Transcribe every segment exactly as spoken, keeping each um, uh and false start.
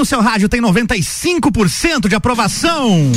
no seu rádio tem noventa e cinco por cento de aprovação.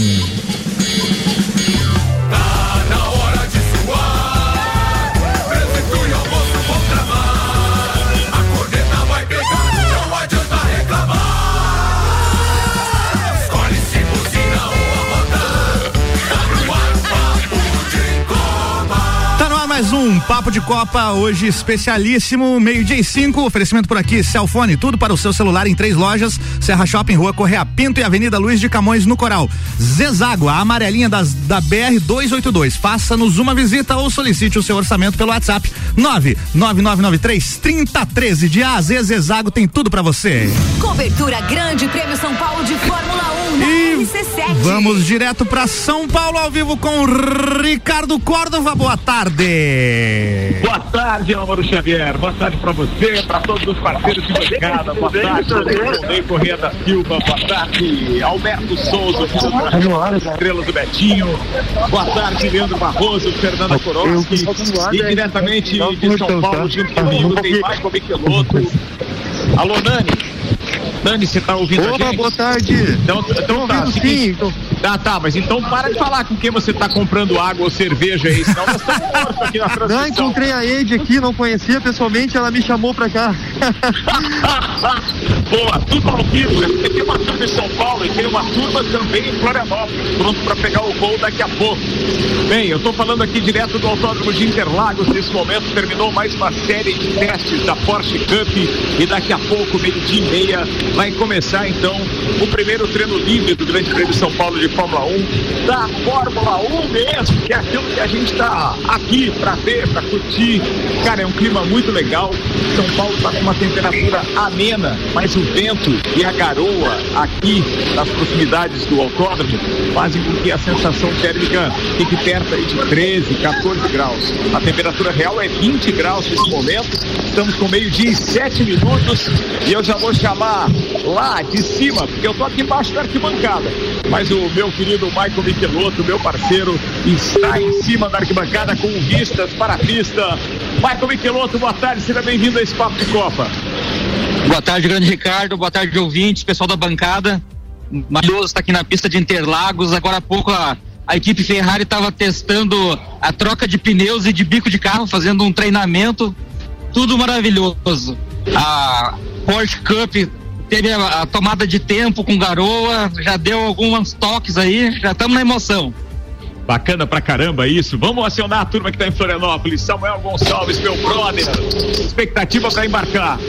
Mais um Papo de Copa, hoje especialíssimo, meio-dia e cinco, oferecimento por aqui, Cellfone, tudo para o seu celular em três lojas, Serra Shopping, Rua Correia Pinto e Avenida Luiz de Camões, no Coral. Zezago, a amarelinha das, da B R duzentos e oitenta e dois, faça-nos uma visita ou solicite o seu orçamento pelo WhatsApp nove nove nove nove três, três zero um três, de A a Z, Zezago tem tudo para você. Cobertura Grande Prêmio São Paulo de Fórmula um, e R C sete. Vamos direto para São Paulo, ao vivo com Ricardo Córdova, boa tarde. Boa tarde, Álvaro Xavier. Boa tarde pra você, pra todos os parceiros de bancada. Boa tarde, Ney Corrêa da Silva. Boa tarde, Alberto Souza, filho das estrelas do Betinho. Boa tarde, Leandro Barroso, Fernanda Korowski. E diretamente de São Paulo, junto comigo, tem Michael Michelotto. Alô, Nani. Nani, você tá ouvindo Opa, a gente? Boa tarde. Então, então tá, ouvindo, seguinte, sim. Então... Ah, tá, mas então para de falar com quem você tá comprando água ou cerveja aí, senão nós estamos mortos aqui na transmissão. Não, encontrei a Ed aqui, não conhecia pessoalmente, ela me chamou pra cá. Boa, tudo ao vivo, né? Porque tem uma turma em São Paulo e tem uma turma também em Florianópolis, pronto pra pegar o voo daqui a pouco. Bem, eu tô falando aqui direto do Autódromo de Interlagos, nesse momento terminou mais uma série de testes da Porsche Cup e daqui a pouco, meio-dia e meia, vai começar então o primeiro treino livre do Grande Prêmio São Paulo de Fórmula um, da Fórmula um mesmo, que é aquilo que a gente tá aqui pra ver, pra curtir. Cara, é um clima muito legal. São Paulo tá com uma temperatura amena, mas o vento e a garoa aqui nas proximidades do autódromo fazem com que a sensação térmica fique perto aí de treze, quatorze graus. A temperatura real é vinte graus nesse momento. Estamos com meio-dia e sete minutos e eu já vou chamar lá de cima, porque eu tô aqui embaixo da arquibancada, mas o meu querido Michael Michelotto, meu parceiro, está em cima da arquibancada com vistas para a pista. Michael Michelotto, boa tarde, seja bem-vindo a esse Papo de Copa. Boa tarde, grande Ricardo, boa tarde, ouvintes, pessoal da bancada. Maravilhoso está aqui na pista de Interlagos. Agora há pouco a, a equipe Ferrari estava testando a troca de pneus e de bico de carro, fazendo um treinamento, tudo maravilhoso. A Porsche Cup teve a, a tomada de tempo com garoa, já deu alguns toques aí, já estamos na emoção. Bacana pra caramba isso. Vamos acionar a turma que tá em Florianópolis. Samuel Gonçalves, meu brother. Expectativa para embarcar.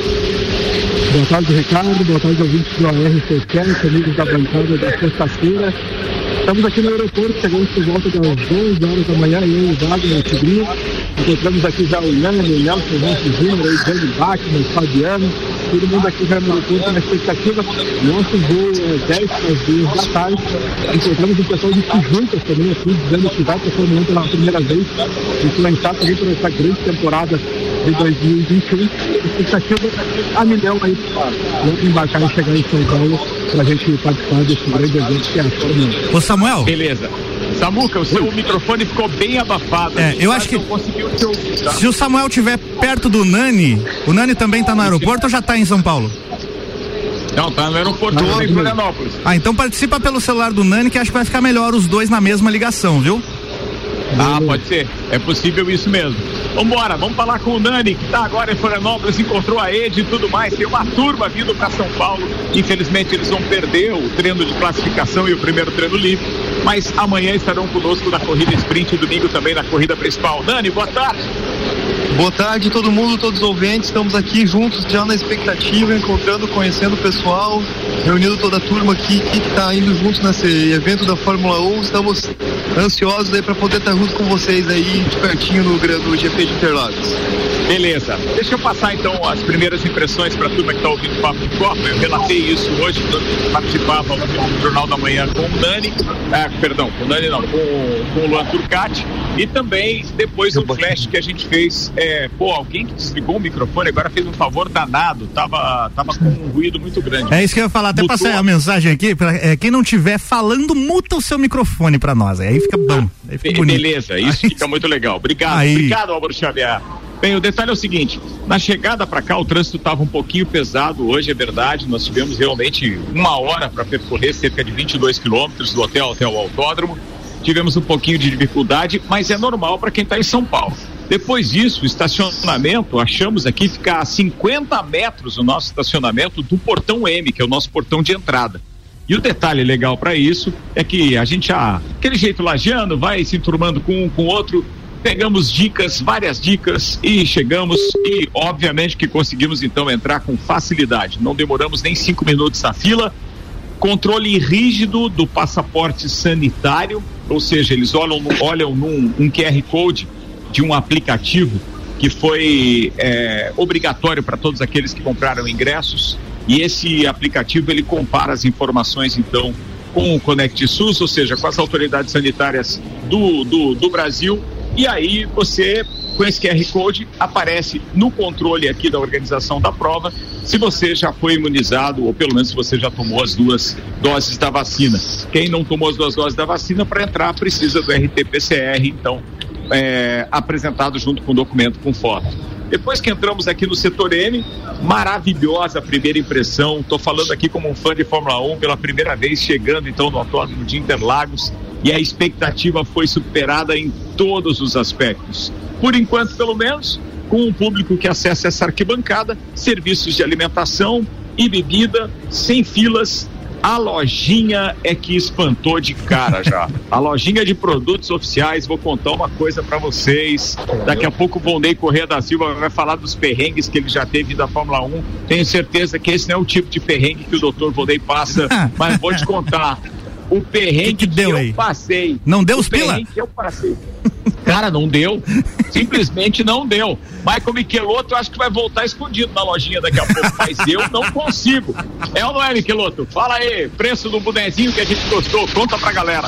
Boa tarde, Ricardo. Boa tarde, ouvintes do A R C sete, amigos da bancada da sexta-feira. Estamos aqui no aeroporto, chegamos por volta das doze horas da manhã, eu e o Wagner, o Tigrinho. Encontramos aqui já o Nani, o Nelson, o Nelson Júnior, o Jânio Bachmann, o Fabiano, todo mundo aqui já no aeroporto na expectativa. Nosso voo é dez para as duas da tarde. Encontramos o pessoal de Tijucas também aqui, dizendo que vai para a Fórmula um pela primeira vez, influenciado também por essa grande temporada de dois mil e vinte e um. Expectativa a milhão aí para embarcar e chegar em São Paulo para a gente participar desse grande evento que é a Fórmula um. Ô Samuel. Beleza. Samuca, o seu Oi. microfone ficou bem abafado. É, eu acho que ouvir, tá? Se o Samuel estiver perto do Nani, o Nani também está no aeroporto ou já está em São Paulo? Não, tá no aeroporto ah, em Florianópolis. Ah, então participa pelo celular do Nani, que acho que vai ficar melhor os dois na mesma ligação, viu? Ah, pode ser. É possível isso mesmo. Vambora, vamos falar com o Nani, que tá agora em Florianópolis, encontrou a Ed e tudo mais. Tem uma turma vindo para São Paulo. Infelizmente eles vão perder o treino de classificação e o primeiro treino livre, mas amanhã estarão conosco na corrida sprint e domingo também na corrida principal. Nani, boa tarde. Boa tarde todo mundo, todos os ouvintes. Estamos aqui juntos já na expectativa, encontrando, conhecendo o pessoal, reunindo toda a turma aqui que está indo juntos nesse evento da Fórmula um. Estamos ansiosos aí para poder estar junto com vocês aí de pertinho no, no G P de Interlagos. Beleza, deixa eu passar então as primeiras impressões para a turma que está ouvindo o Papo de Copa. Eu relatei isso hoje quando eu participava no Jornal da Manhã com o Nani, ah, perdão, com o Nani não, com, com o Luan Turcati, e também depois do flash que a gente fez, é, pô, alguém que desligou o microfone agora fez um favor danado, tava, tava com um ruído muito grande. É isso que eu ia falar, até Mutou. Passei a mensagem aqui, pra, é, quem não estiver falando, muta o seu microfone para nós, aí fica bom, aí fica bonito. Beleza, isso aí fica muito legal, obrigado, aí. Obrigado, Álvaro Xavier. Bem, o detalhe é o seguinte, na chegada para cá o trânsito estava um pouquinho pesado hoje, é verdade, nós tivemos realmente uma hora para percorrer cerca de vinte e dois quilômetros do hotel até o autódromo, tivemos um pouquinho de dificuldade, mas é normal para quem está em São Paulo. Depois disso, o estacionamento, achamos aqui ficar a cinquenta metros o nosso estacionamento do portão M, que é o nosso portão de entrada. E o detalhe legal para isso é que a gente, ah, aquele jeito lagiano, vai se enturmando com um, com o outro, pegamos dicas, várias dicas e chegamos e obviamente que conseguimos então entrar com facilidade. Não demoramos nem cinco minutos na fila. Controle rígido do passaporte sanitário, ou seja, eles olham, olham num um Q R Code de um aplicativo que foi é, obrigatório para todos aqueles que compraram ingressos, e esse aplicativo ele compara as informações então com o Conect SUS, ou seja, com as autoridades sanitárias do, do, do Brasil. E aí você, com esse Q R Code, aparece no controle aqui da organização da prova se você já foi imunizado, ou pelo menos se você já tomou as duas doses da vacina. Quem não tomou as duas doses da vacina, para entrar precisa do R T P C R, então, é, apresentado junto com o documento com foto. Depois que entramos aqui no setor M, maravilhosa a primeira impressão, estou falando aqui como um fã de Fórmula um, pela primeira vez chegando então no autódromo de Interlagos, e a expectativa foi superada em todos os aspectos. Por enquanto, pelo menos, com o público que acessa essa arquibancada, serviços de alimentação e bebida, sem filas. A lojinha é que espantou de cara já. A lojinha de produtos oficiais, vou contar uma coisa pra vocês. Daqui a pouco o Volney Corrêa da Silva vai falar dos perrengues que ele já teve da Fórmula um. Tenho certeza que esse não é o tipo de perrengue que o doutor Volney passa, mas vou te contar. O perrengue que, que, deu que eu aí? passei. Não deu os o pila? perrengue que eu passei. Cara, não deu. Simplesmente não deu. Michael Michelotto, eu acho que vai voltar escondido na lojinha daqui a pouco, mas eu não consigo. É ou não é, Michelotto? Fala aí, preço do bonezinho que a gente gostou, conta pra galera.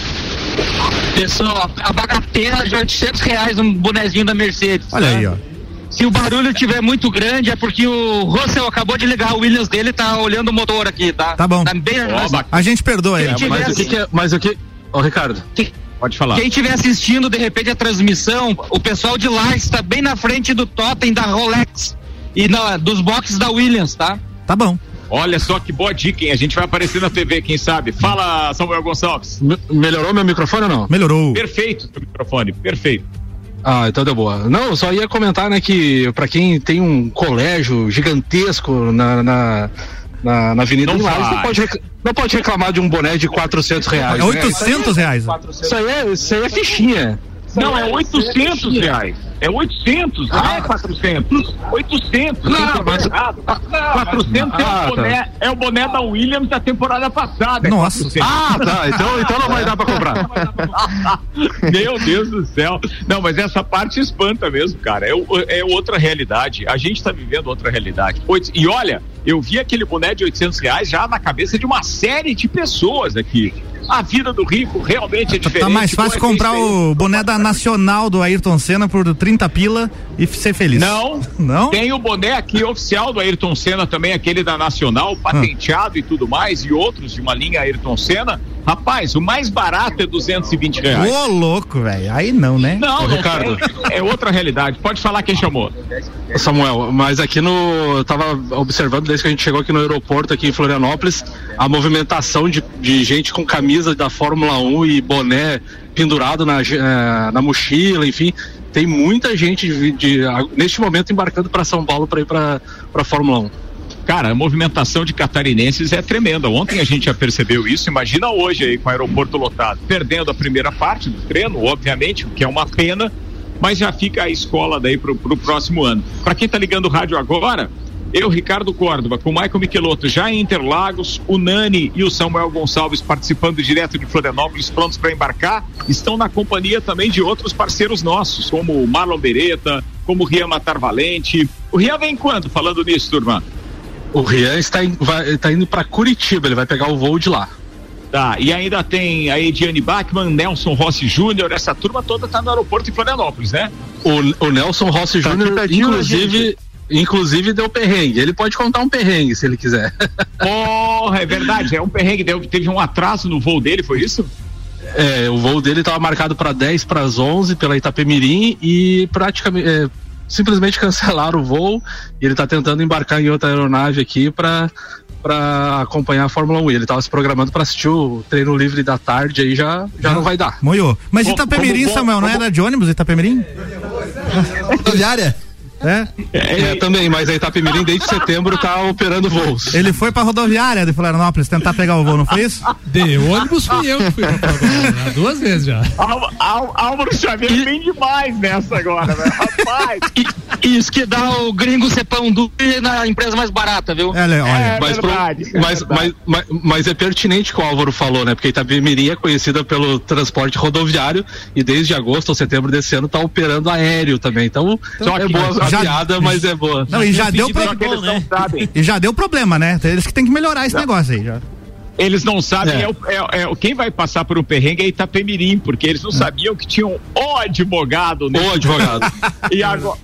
Pessoal, a bagatela de oitocentos reais um bonezinho da Mercedes. Olha tá? aí, ó. Se o barulho estiver muito grande é porque o Russell acabou de ligar o Williams dele, tá olhando o motor aqui, tá? Tá bom. Tá bem, oh, a gente perdoa ele. É, mas, o que que é, mas o que... Ô, Ricardo, que... pode falar. Quem estiver assistindo, de repente, a transmissão, o pessoal de lá está bem na frente do totem da Rolex e na, dos boxes da Williams, tá? Tá bom. Olha só que boa dica, hein? A gente vai aparecer na T V, quem sabe. Fala, Samuel Gonçalves. Me- melhorou meu microfone ou não? Melhorou. Perfeito o microfone, perfeito. Ah, então deu boa. Não, eu só ia comentar, né, que pra quem tem um colégio gigantesco na, na, na, na Avenida Não do Lages, não vai. pode, rec- não pode reclamar de um boné de quatrocentos reais. É oitocentos né? reais. Isso aí é, isso aí é fichinha. Não, é oitocentos reais. É oitocentos, não Ah. é quatrocentos. oitocentos. Não, mas- errado. quatrocentos é, Ah, o boné, é o boné da Williams da temporada passada. É Nossa. quatrocentos. Ah, tá. Então, então não vai dar pra comprar. Meu Deus do céu. Não, mas essa parte espanta mesmo, cara. É, o- é outra realidade. A gente tá vivendo outra realidade. Oito- E olha, eu vi aquele boné de oitocentos reais já na cabeça de uma série de pessoas aqui. A vida do rico realmente é diferente. Tá mais fácil Pô, é comprar tem- o boné da Nacional do Ayrton Senna por trinta pila e ser feliz. Não, Não? tem o boné aqui oficial do Ayrton Senna também, aquele da Nacional, patenteado e tudo mais, e outros de uma linha Ayrton Senna. Rapaz, o mais barato é duzentos e vinte reais. Ô, louco, velho. Aí não, né? Não, Ô, não Ricardo. tem. É outra realidade. Pode falar quem chamou. Samuel, mas aqui no. Eu tava observando desde que a gente chegou aqui no aeroporto, aqui em Florianópolis, a movimentação de, de gente com camisa da Fórmula um e boné pendurado na, eh, na mochila, enfim. Tem muita gente de, de- a- neste momento embarcando para São Paulo para ir para a Fórmula um. Cara, a movimentação de catarinenses é tremenda. Ontem a gente já percebeu isso. Imagina hoje aí com o aeroporto lotado. Perdendo a primeira parte do treino, obviamente, o que é uma pena, mas já fica a escola daí pro, pro próximo ano. Para quem tá ligando o rádio agora, eu, Ricardo Córdova, com o Michael Michelotto já em Interlagos, o Nani e o Samuel Gonçalves participando direto de Florianópolis, prontos para embarcar, estão na companhia também de outros parceiros nossos, como o Marlon Beretta, como o Rian Matar Valente. O Rian vem quando, falando nisso, turma? O Rian está, in, vai, está indo para Curitiba, ele vai pegar o voo de lá. Tá, e ainda tem a Ediane Bachmann, Nelson Rossi Júnior, essa turma toda tá no aeroporto de Florianópolis, né? O, o Nelson Rossi Tá Júnior, aqui pertinho, inclusive, inclusive deu perrengue. Ele pode contar um perrengue se ele quiser. Porra, é verdade, é um perrengue, deu- teve um atraso no voo dele, foi isso? É, o voo dele estava marcado para dez para as onze pela Itapemirim e praticamente é, simplesmente cancelaram o voo e ele tá tentando embarcar em outra aeronave aqui para para acompanhar a Fórmula um. Ele tava se programando para assistir o treino livre da tarde, aí já, já ah, não vai dar. Moiô. Mas Itapemirim, Samuel, não era de ônibus Itapemirim? Rodoviária? É? É, é, também, mas a Itapemirim desde setembro tá operando voos. Ele foi pra rodoviária de Florianópolis tentar pegar o voo, não foi isso? De ônibus fui eu que fui pra rodoviária, duas vezes já. Álvaro Xavier vem demais nessa agora, velho. Rapaz. Isso que dá o gringo ser pão duro na empresa mais barata, viu? É, olha, é mas, verdade, pro, mas, é mas, mas, mas é pertinente o que o Álvaro falou, né? Porque Itapemirim é conhecida pelo transporte rodoviário e desde agosto ou setembro desse ano tá operando aéreo também. Então, então é boa. Já, piada, mas é boa. Não, e já deu problema, né? E já deu problema, né? Eles que tem que melhorar esse não. negócio aí. Já. Eles não sabem, é. É, é, é, quem vai passar por um perrengue é Itapemirim, porque eles não é. sabiam que tinham o advogado. Né? O advogado. E agora,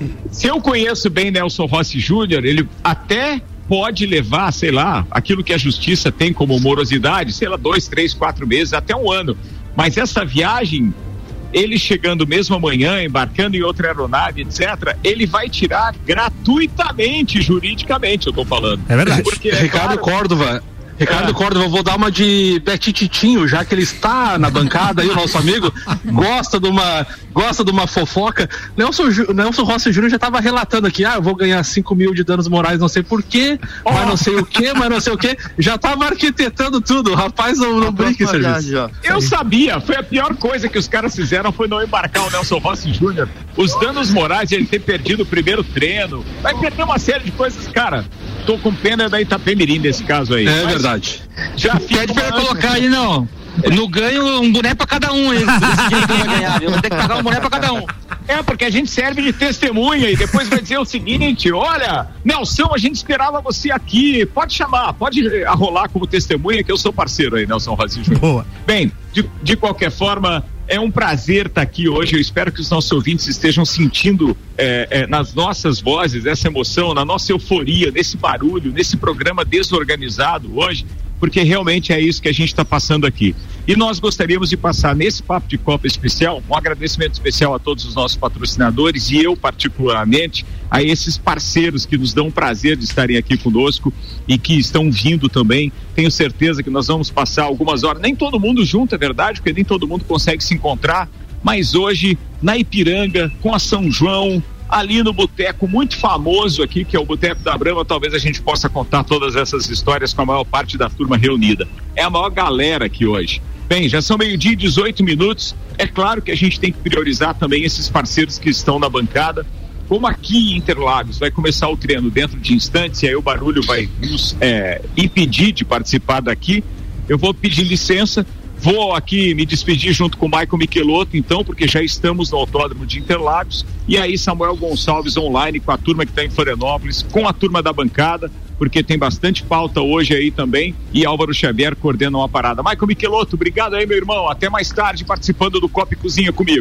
se eu conheço bem Nelson Rossi Júnior, ele até pode levar, sei lá, aquilo que a justiça tem como morosidade, sei lá, dois, três, quatro meses, até um ano. Mas essa viagem, ele chegando mesmo amanhã, embarcando em outra aeronave, etcétera, ele vai tirar gratuitamente, juridicamente, eu tô falando. É verdade. Porque, Ricardo é claro, Córdova, Ricardo é. Córdova, vou dar uma de Betititinho, já que ele está na bancada aí, o nosso amigo, gosta de uma, gosta de uma fofoca. Nelson, Nelson Rossi Júnior já estava relatando aqui, ah, eu vou ganhar cinco mil de danos morais, não sei por quê, oh. mas não sei o quê, mas não sei o quê, já estava arquitetando tudo, rapaz, não, não brinque, serviço. Eu sabia, foi a pior coisa que os caras fizeram, foi não embarcar o Nelson Rossi Júnior. Os danos morais de ele ter perdido o primeiro treino, vai perder uma série de coisas, cara. Tô com pena da Itapemirim nesse caso aí. É mas verdade. Já pede pra colocar aí, não. No ganho, um boné pra cada um aí. Vai ganhar, eu vou ter que pagar um boné pra cada um. É, porque a gente serve de testemunha e depois vai dizer o seguinte: olha, Nelson, a gente esperava você aqui. Pode chamar, pode arrolar como testemunha, que eu sou parceiro aí, Nelson Rossi Júnior. Boa. Bem, de, de qualquer forma, é um prazer estar aqui hoje. Eu espero que os nossos ouvintes estejam sentindo é, é, nas nossas vozes essa emoção, na nossa euforia, nesse barulho, nesse programa desorganizado hoje, porque realmente é isso que a gente está passando aqui. E nós gostaríamos de passar nesse Papo de Copa especial, um agradecimento especial a todos os nossos patrocinadores e eu particularmente a esses parceiros que nos dão o prazer de estarem aqui conosco e que estão vindo também. Tenho certeza que nós vamos passar algumas horas, nem todo mundo junto, é verdade, porque nem todo mundo consegue se encontrar, mas hoje na Ipiranga, com a São João, ali no boteco muito famoso aqui, que é o Boteco da Brama, talvez a gente possa contar todas essas histórias com a maior parte da turma reunida. É a maior galera aqui hoje. Bem, já são meio-dia e dezoito minutos. É claro que a gente tem que priorizar também esses parceiros que estão na bancada. Como aqui em Interlagos vai começar o treino dentro de instantes e aí o barulho vai nos é, impedir de participar daqui, eu vou pedir licença. Vou aqui me despedir junto com o Michael Michelotto, então, porque já estamos no Autódromo de Interlagos. E aí Samuel Gonçalves online com a turma que está em Florianópolis, com a turma da bancada, porque tem bastante pauta hoje aí também. E Álvaro Xavier coordena uma parada. Michael Michelotto, obrigado aí, meu irmão. Até mais tarde participando do Copa e Cozinha comigo.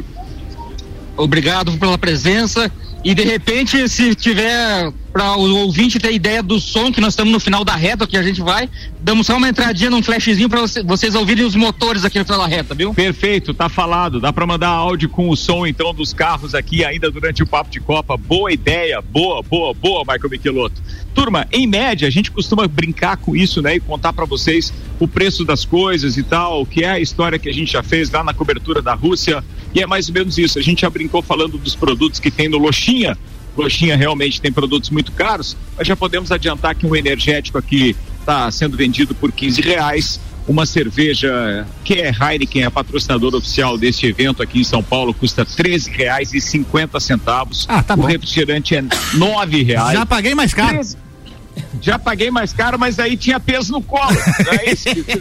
Obrigado pela presença. E de repente, se tiver para o ouvinte ter ideia do som, que nós estamos no final da reta que a gente vai, damos só uma entradinha num flashzinho para você, vocês ouvirem os motores aqui no final da reta, viu? Perfeito, tá falado. Dá para mandar áudio com o som então dos carros aqui ainda durante o Papo de Copa. Boa ideia, boa, boa, boa, Michael Michelotto. Turma, em média, a gente costuma brincar com isso, né? E contar para vocês o preço das coisas e tal, que é a história que a gente já fez lá na cobertura da Rússia. E é mais ou menos isso. A gente já brincou falando dos produtos que tem no Lojinha. Lojinha realmente tem produtos muito caros, mas já podemos adiantar que um energético aqui está sendo vendido por quinze reais. Uma cerveja que é Heineken, é patrocinador oficial deste evento aqui em São Paulo, custa treze reais e cinquenta centavos. Ah, tá o bom. refrigerante é nove reais. Já paguei mais caro. treze Já paguei mais caro, mas aí tinha peso no colo. É isso que...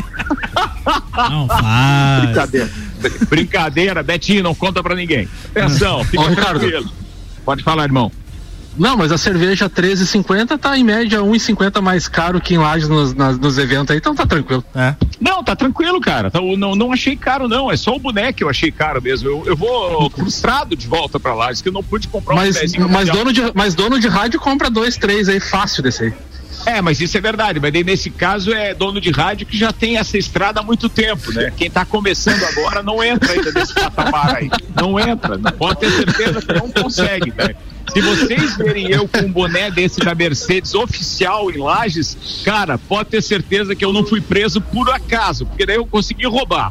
Não faz. Brincadeira. Brincadeira, Betinho, não conta pra ninguém. Atenção, fica Ó, Ricardo. tranquilo. Pode falar, irmão. Não, mas a cerveja treze e cinquenta tá em média um e cinquenta mais caro que em Lages nos, nas, nos eventos aí, então tá tranquilo. É. Não, tá tranquilo, cara. Tá, não, não achei caro, não. É só o boneco que eu achei caro mesmo. Eu, eu vou frustrado de volta pra Lages, que eu não pude comprar um mas, mas dono de Mas dono de rádio compra dois, três aí, fácil desse aí. É, mas isso é verdade, mas daí nesse caso é dono de rádio que já tem essa estrada há muito tempo, né? Quem tá começando agora não entra ainda nesse patamar aí, não entra, não pode ter certeza que não consegue, né? Se vocês verem eu com um boné desse da Mercedes oficial em Lages, cara, pode ter certeza que eu não fui preso por acaso, porque daí eu consegui roubar.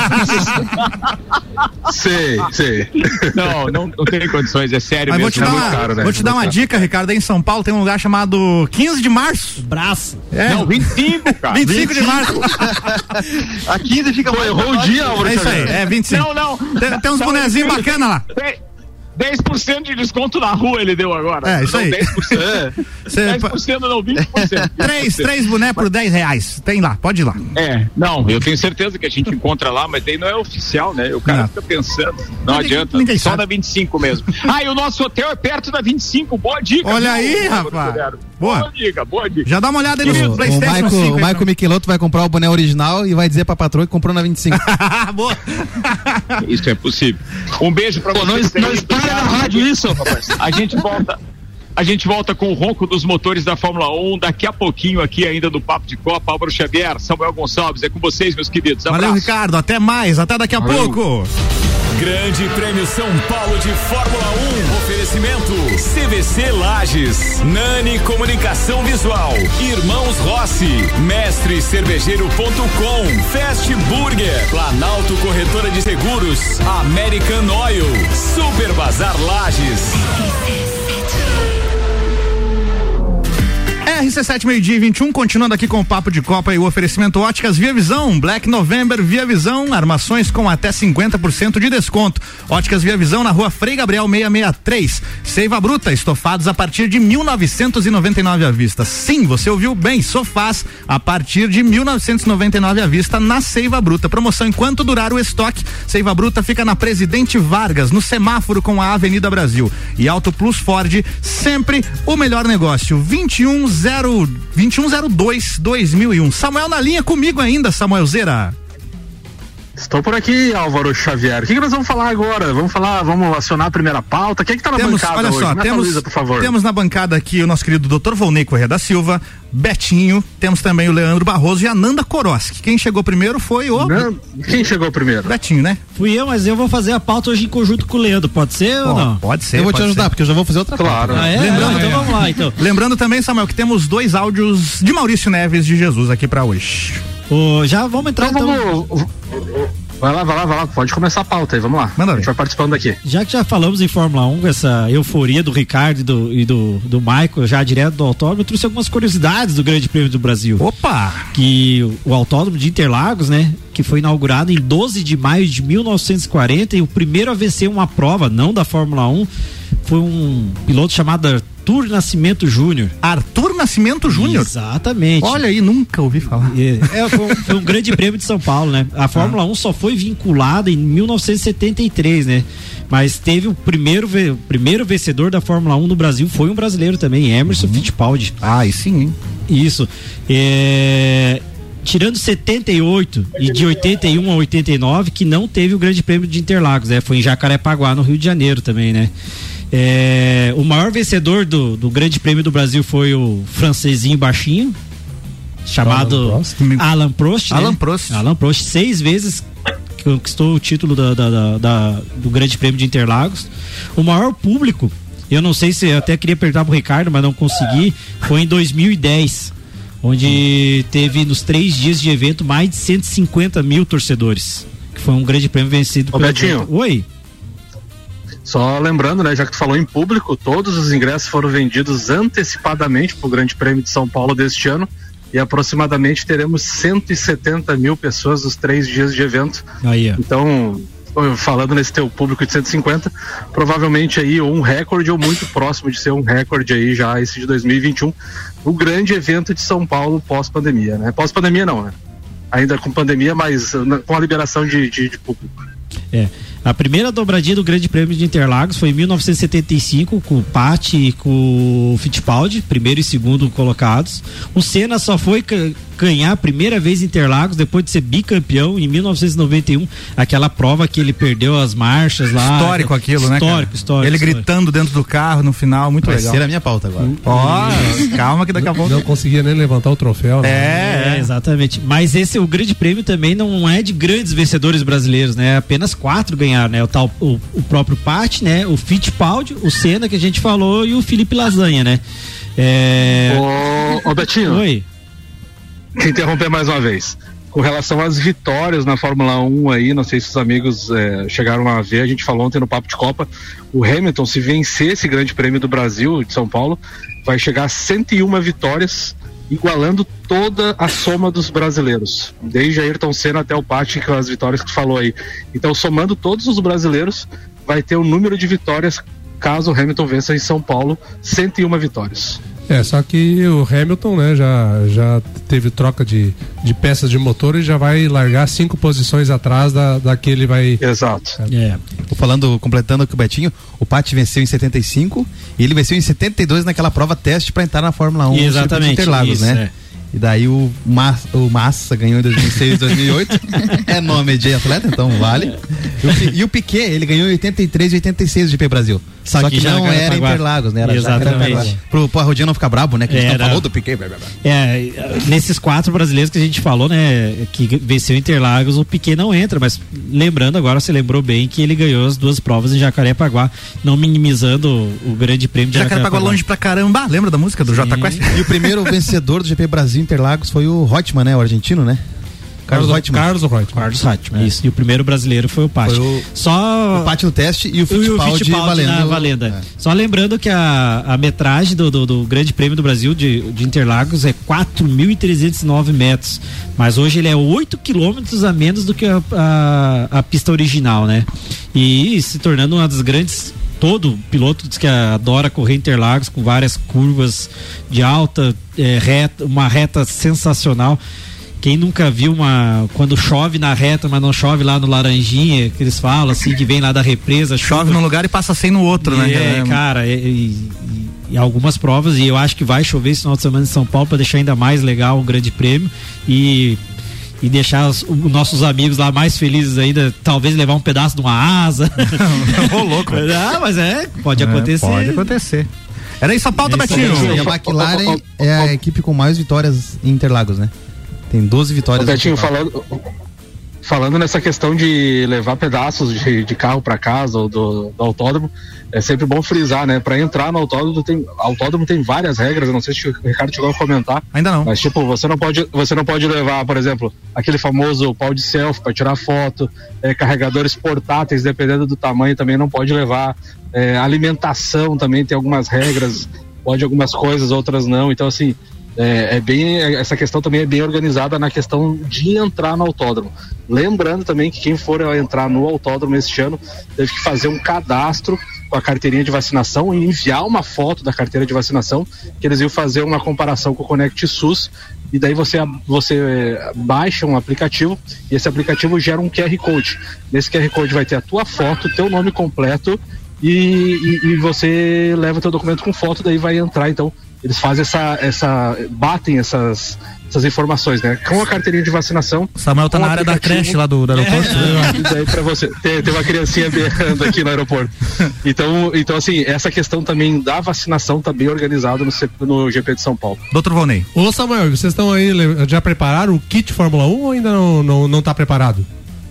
Sei, sei. Não, não, não tem condições, é sério Mas mesmo. vou te dar, é uma, muito caro, né? vou te dar uma dica, Ricardo, aí em São Paulo tem um lugar chamado quinze de março. Braço. É. Não, vinte e cinco, cara. vinte e cinco de março. A quinze fica mais. Errou o dia, É isso aí, é vinte e cinco. Não, não. Tem, tem uns bonezinhos bacanas lá. dez por cento de desconto na rua ele deu agora. É, isso não, aí. dez por cento. Cê, dez por cento não, vinte por cento. três, três boné por dez reais. Tem lá, pode ir lá. É, não, eu tenho certeza que a gente encontra lá, mas daí não é oficial, né? O cara Não. fica pensando, não Ninguém- adianta, ninguém só sabe. da vinte e cinco mesmo. Ah, e o nosso hotel é perto da vinte e cinco, boa dica. Olha viu, aí, Robert rapaz. Severo? Boa. Boa dica, boa dica. Já dá uma olhada aí no O, o PlayStation Maico, cinco. o aí, Maico Michelotto vai comprar o boné original e vai dizer pra patroa que comprou na vinte e cinco. Boa. Isso é possível. Um beijo pra Pô, não, vocês. não espalha na rádio isso, rapaz. A gente volta. A gente volta com o ronco dos motores da Fórmula um daqui a pouquinho aqui ainda do Papo de Copa. Álvaro Xavier, Samuel Gonçalves, é com vocês, meus queridos. Abraço. Valeu, Ricardo. Até mais. Até daqui a Valeu. pouco. Grande Prêmio São Paulo de Fórmula um. Oferecimento C V C Lages, Nani Comunicação Visual, Irmãos Rossi, Mestre Cervejeiro ponto com, Fast Burger, Planalto Corretora de Seguros, American Oil, Super Bazar Lages. R C sete, meio-dia e vinte e um, continuando aqui com o Papo de Copa e o oferecimento Óticas Via Visão, Black November Via Visão, armações com até cinquenta por cento de desconto. Óticas Via Visão na rua Frei Gabriel seiscentos e sessenta e três. Seiva Bruta, estofados a partir de mil novecentos e noventa e nove à vista. Sim, você ouviu bem, sofás a partir de mil novecentos e noventa e nove à vista na Seiva Bruta. Promoção enquanto durar o estoque. Seiva Bruta fica na Presidente Vargas, no semáforo com a Avenida Brasil. E Auto Plus Ford, sempre o melhor negócio. vinte e um zero dois dois mil e um. Samuel na linha comigo ainda, Samuelzeira. Estou por aqui, Álvaro Xavier. O que, que nós vamos falar agora? Vamos falar, vamos acionar a primeira pauta. Quem é que tá na Temos, bancada olha hoje? só, Meta temos, Luiza, por favor. temos na bancada aqui o nosso querido doutor Volney Corrêa da Silva, Betinho, temos também o Leandro Barroso e a Nanda Koroski. Quem chegou primeiro foi o... Não, quem chegou primeiro? Betinho, né? Fui eu, mas eu vou fazer a pauta hoje em conjunto com o Leandro, pode ser Ó, ou não? Pode ser. Eu vou te pode ajudar, ser. porque eu já vou fazer outra Claro. pauta. Ah, é? Lembrando, Ah, então é. vamos lá, então. Lembrando também, Samuel, que temos dois áudios de Maurício Neves de Jesus aqui pra hoje. Ô, já vamos entrar Então então. vamos. Vai lá, vai lá, vai lá. Pode começar a pauta aí, vamos lá. Manda a gente ver. vai participando daqui. Já que já falamos em Fórmula um, essa euforia do Ricardo e do, e do, do Michael, já direto do autódromo, eu trouxe algumas curiosidades do Grande Prêmio do Brasil. Opa! Que o, o autódromo de Interlagos, né, que foi inaugurado em doze de maio de mil novecentos e quarenta, e o primeiro a vencer uma prova, não da Fórmula um, foi um piloto chamado Arthur Nascimento Júnior. Arthur Nascimento Júnior? Exatamente. Olha aí, nunca ouvi falar. É, é, foi, um, foi um grande prêmio de São Paulo, né? A Fórmula um só foi vinculada em mil novecentos e setenta e três, né? Mas teve o primeiro, o primeiro vencedor da Fórmula um no Brasil, foi um brasileiro também, Emerson Uhum. Fittipaldi. Ah, aí sim, hein? Isso. É... Tirando setenta e oito e de oitenta e um a oitenta e nove, que não teve o Grande Prêmio de Interlagos, né? Foi em Jacarepaguá, no Rio de Janeiro também, né? É... O maior vencedor do, do Grande Prêmio do Brasil foi o francesinho baixinho, chamado Alan Prost. Alan Prost, né? Alan Prost. Alan Prost, seis vezes conquistou o título da, da, da, da, do Grande Prêmio de Interlagos. O maior público, eu não sei se, eu até queria perguntar pro Ricardo, mas não consegui, foi em dois mil e dez, onde teve nos três dias de evento mais de cento e cinquenta mil torcedores, que foi um Grande Prêmio vencido Ô, Betinho. Oi. Só lembrando, né, já que tu falou em público, todos os ingressos foram vendidos antecipadamente para o Grande Prêmio de São Paulo deste ano, e aproximadamente teremos cento e setenta mil pessoas nos três dias de evento. Aí, ó. Então, falando nesse teu público de cento e cinquenta, provavelmente aí um recorde ou muito próximo de ser um recorde aí já esse de dois mil e vinte e um, o grande evento de São Paulo pós-pandemia, né? Pós-pandemia não, né? Ainda com pandemia, mas com a liberação de, de, de público. É. A primeira dobradinha do Grande Prêmio de Interlagos foi em mil novecentos e setenta e cinco, com o Patti e com o Fittipaldi, primeiro e segundo colocados. O Senna só foi ca- ganhar a primeira vez em Interlagos depois de ser bicampeão em mil novecentos e noventa e um, aquela prova que ele perdeu as marchas lá. Histórico aquilo, histórico, né, cara? Histórico, histórico. Ele histórico. gritando dentro do carro no final, muito Vai legal. ser a minha pauta agora. Ó, oh, calma que daqui a pouco. Não conseguia nem levantar o troféu. Né? É, É, exatamente. Mas esse, o Grande Prêmio também não é de grandes vencedores brasileiros, né? Apenas quatro ganharam, né? O tal, o, o próprio Patti, né? O Fittipaldi, o Senna que a gente falou e o Felipe Lasanha, né? É... Ô, ô Betinho. Oi. Te interromper mais uma vez. Com relação às vitórias na Fórmula um aí, não sei se os amigos é, chegaram a ver, a gente falou ontem no Papo de Copa, o Hamilton, se vencer esse Grande Prêmio do Brasil, de São Paulo, vai chegar a cento e uma vitórias, igualando toda a soma dos brasileiros, desde Ayrton Senna até o Patti, com as vitórias que tu falou aí. Então, somando todos os brasileiros, vai ter o número de vitórias caso o Hamilton vença em São Paulo, cento e uma vitórias. É, só que o Hamilton, né, já, já teve troca de, de peças de motor e já vai largar cinco posições atrás da, da que ele vai... Exato. É. Falando, completando com o Betinho, o Patti venceu em setenta e cinco e ele venceu em setenta e dois naquela prova teste para entrar na Fórmula um. Exatamente, Interlagos, isso, né? É. E daí o, Ma, o Massa ganhou em dois mil e seis, dois mil e oito. É nome de atleta, então vale. E o, e o Piquet, ele ganhou em oitenta e três e oitenta e seis do G P Brasil. Só, Só que, que não era Interlagos, né? Era Exatamente. Pro, pro Arrodinha não ficar brabo, né? Que a gente Era... não falou do Piquet. Blá, blá, blá. É, nesses quatro brasileiros que a gente falou, né? Que venceu Interlagos, o Piquet não entra, mas lembrando agora, você lembrou bem que ele ganhou as duas provas em Jacarepaguá, não minimizando o, o Grande Prêmio de Jacarepaguá. Jacarepaguá longe pra caramba, lembra da música do Jota Quest? E o primeiro vencedor do G P Brasil Interlagos foi o Reutemann, né? O argentino, né? Carlos Reutemann. Carlos Reutemann. Carlos Reutemann, é. Isso. E o primeiro brasileiro foi o Patti. Foi o, Só o Patti no teste e o Fittipaldi, Fittipaldi valendo. na valenda. É. Só lembrando que a, a metragem do, do, do Grande Prêmio do Brasil de, de Interlagos é quatro mil trezentos e nove metros, mas hoje ele é oito quilômetros a menos do que a, a, a pista original, né? E se tornando uma das grandes... Todo piloto diz que adora correr Interlagos com várias curvas de alta, é, reta, uma reta sensacional. Quem nunca viu uma quando chove na reta, mas não chove lá no Laranjinha, que eles falam assim, que vem lá da represa, chove chuva. num lugar e passa sem no outro, e né? É, cara, e, e, e algumas provas, e eu acho que vai chover esse final de semana em São Paulo para deixar ainda mais legal o Grande Prêmio e e deixar os, os nossos amigos lá mais felizes ainda, talvez levar um pedaço de uma asa. Ô, louco. Ah, mas é, pode acontecer. É, pode acontecer. Era isso a pauta, é Betinho. E a McLaren é a equipe com mais vitórias em Interlagos, né? Tem doze vitórias. Ô, Betinho, falando, falando nessa questão de levar pedaços de, de carro para casa ou do, do autódromo, é sempre bom frisar, né? Para entrar no autódromo tem, autódromo tem várias regras, eu não sei se o Ricardo chegou a comentar. Ainda não. Mas tipo, você não pode, você não pode levar, por exemplo, aquele famoso pau de selfie para tirar foto, é, carregadores portáteis, dependendo do tamanho também não pode levar, é, alimentação também tem algumas regras, pode algumas coisas, outras não, então assim, É, é bem, essa questão também é bem organizada na questão de entrar no autódromo. Lembrando também que quem for entrar no autódromo este ano teve que fazer um cadastro com a carteirinha de vacinação e enviar uma foto da carteira de vacinação, que eles iam fazer uma comparação com o Conect SUS, e daí você, você baixa um aplicativo e esse aplicativo gera um Q R Code. Nesse Q R Code vai ter a tua foto, teu nome completo e, e, e você leva o teu documento com foto, daí vai entrar. Então eles fazem essa, essa batem essas, essas informações, né? Com a carteirinha de vacinação. O Samuel tá na área da creche lá do, do aeroporto. É, e daí pra você, tem, tem uma criancinha berrando aqui no aeroporto. Então, então, assim, essa questão também da vacinação tá bem organizada no, no G P de São Paulo. doutor Volney. Ô Samuel, vocês estão aí, já prepararam o kit Fórmula um ou ainda não, não, não tá preparado?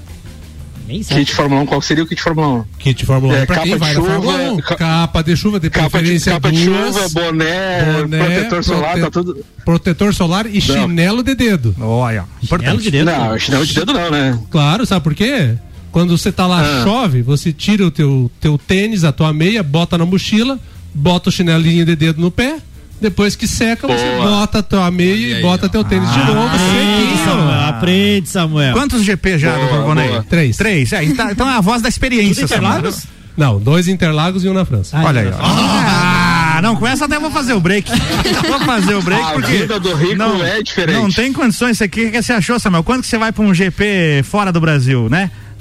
Kit Fórmula um, qual seria o kit Fórmula um? Kit Fórmula um, é, pra quem vai chuva, na Fórmula um, ca... capa de chuva, de capa preferência de, capa duas, de chuva, boné, boné protetor solar, prote... tá tudo... Protetor solar e não. Chinelo de dedo. Olha, chinelo de dedo? Não, chinelo de dedo não, né? Claro, sabe por quê? Quando você tá lá, ah. chove, você tira o teu, teu tênis, a tua meia, bota na mochila, bota o chinelinho de dedo no pé, depois que seca, Boa. Você bota a tua meia e, e bota teu tênis ah, de novo. Aprende, Samuel. Aprende, Samuel. Quantos G P já, doutor Volney? Três. Três, é, então, então é a voz da experiência. Interlagos? Não, dois Interlagos e um na França. Ah, olha aí. Ah, não, com essa até vou fazer o break. Vou fazer o break a porque... A vida do rico não, é diferente. Não tem condições isso aqui. O que você achou, Samuel? Quando que você vai pra um G P fora do Brasil, né?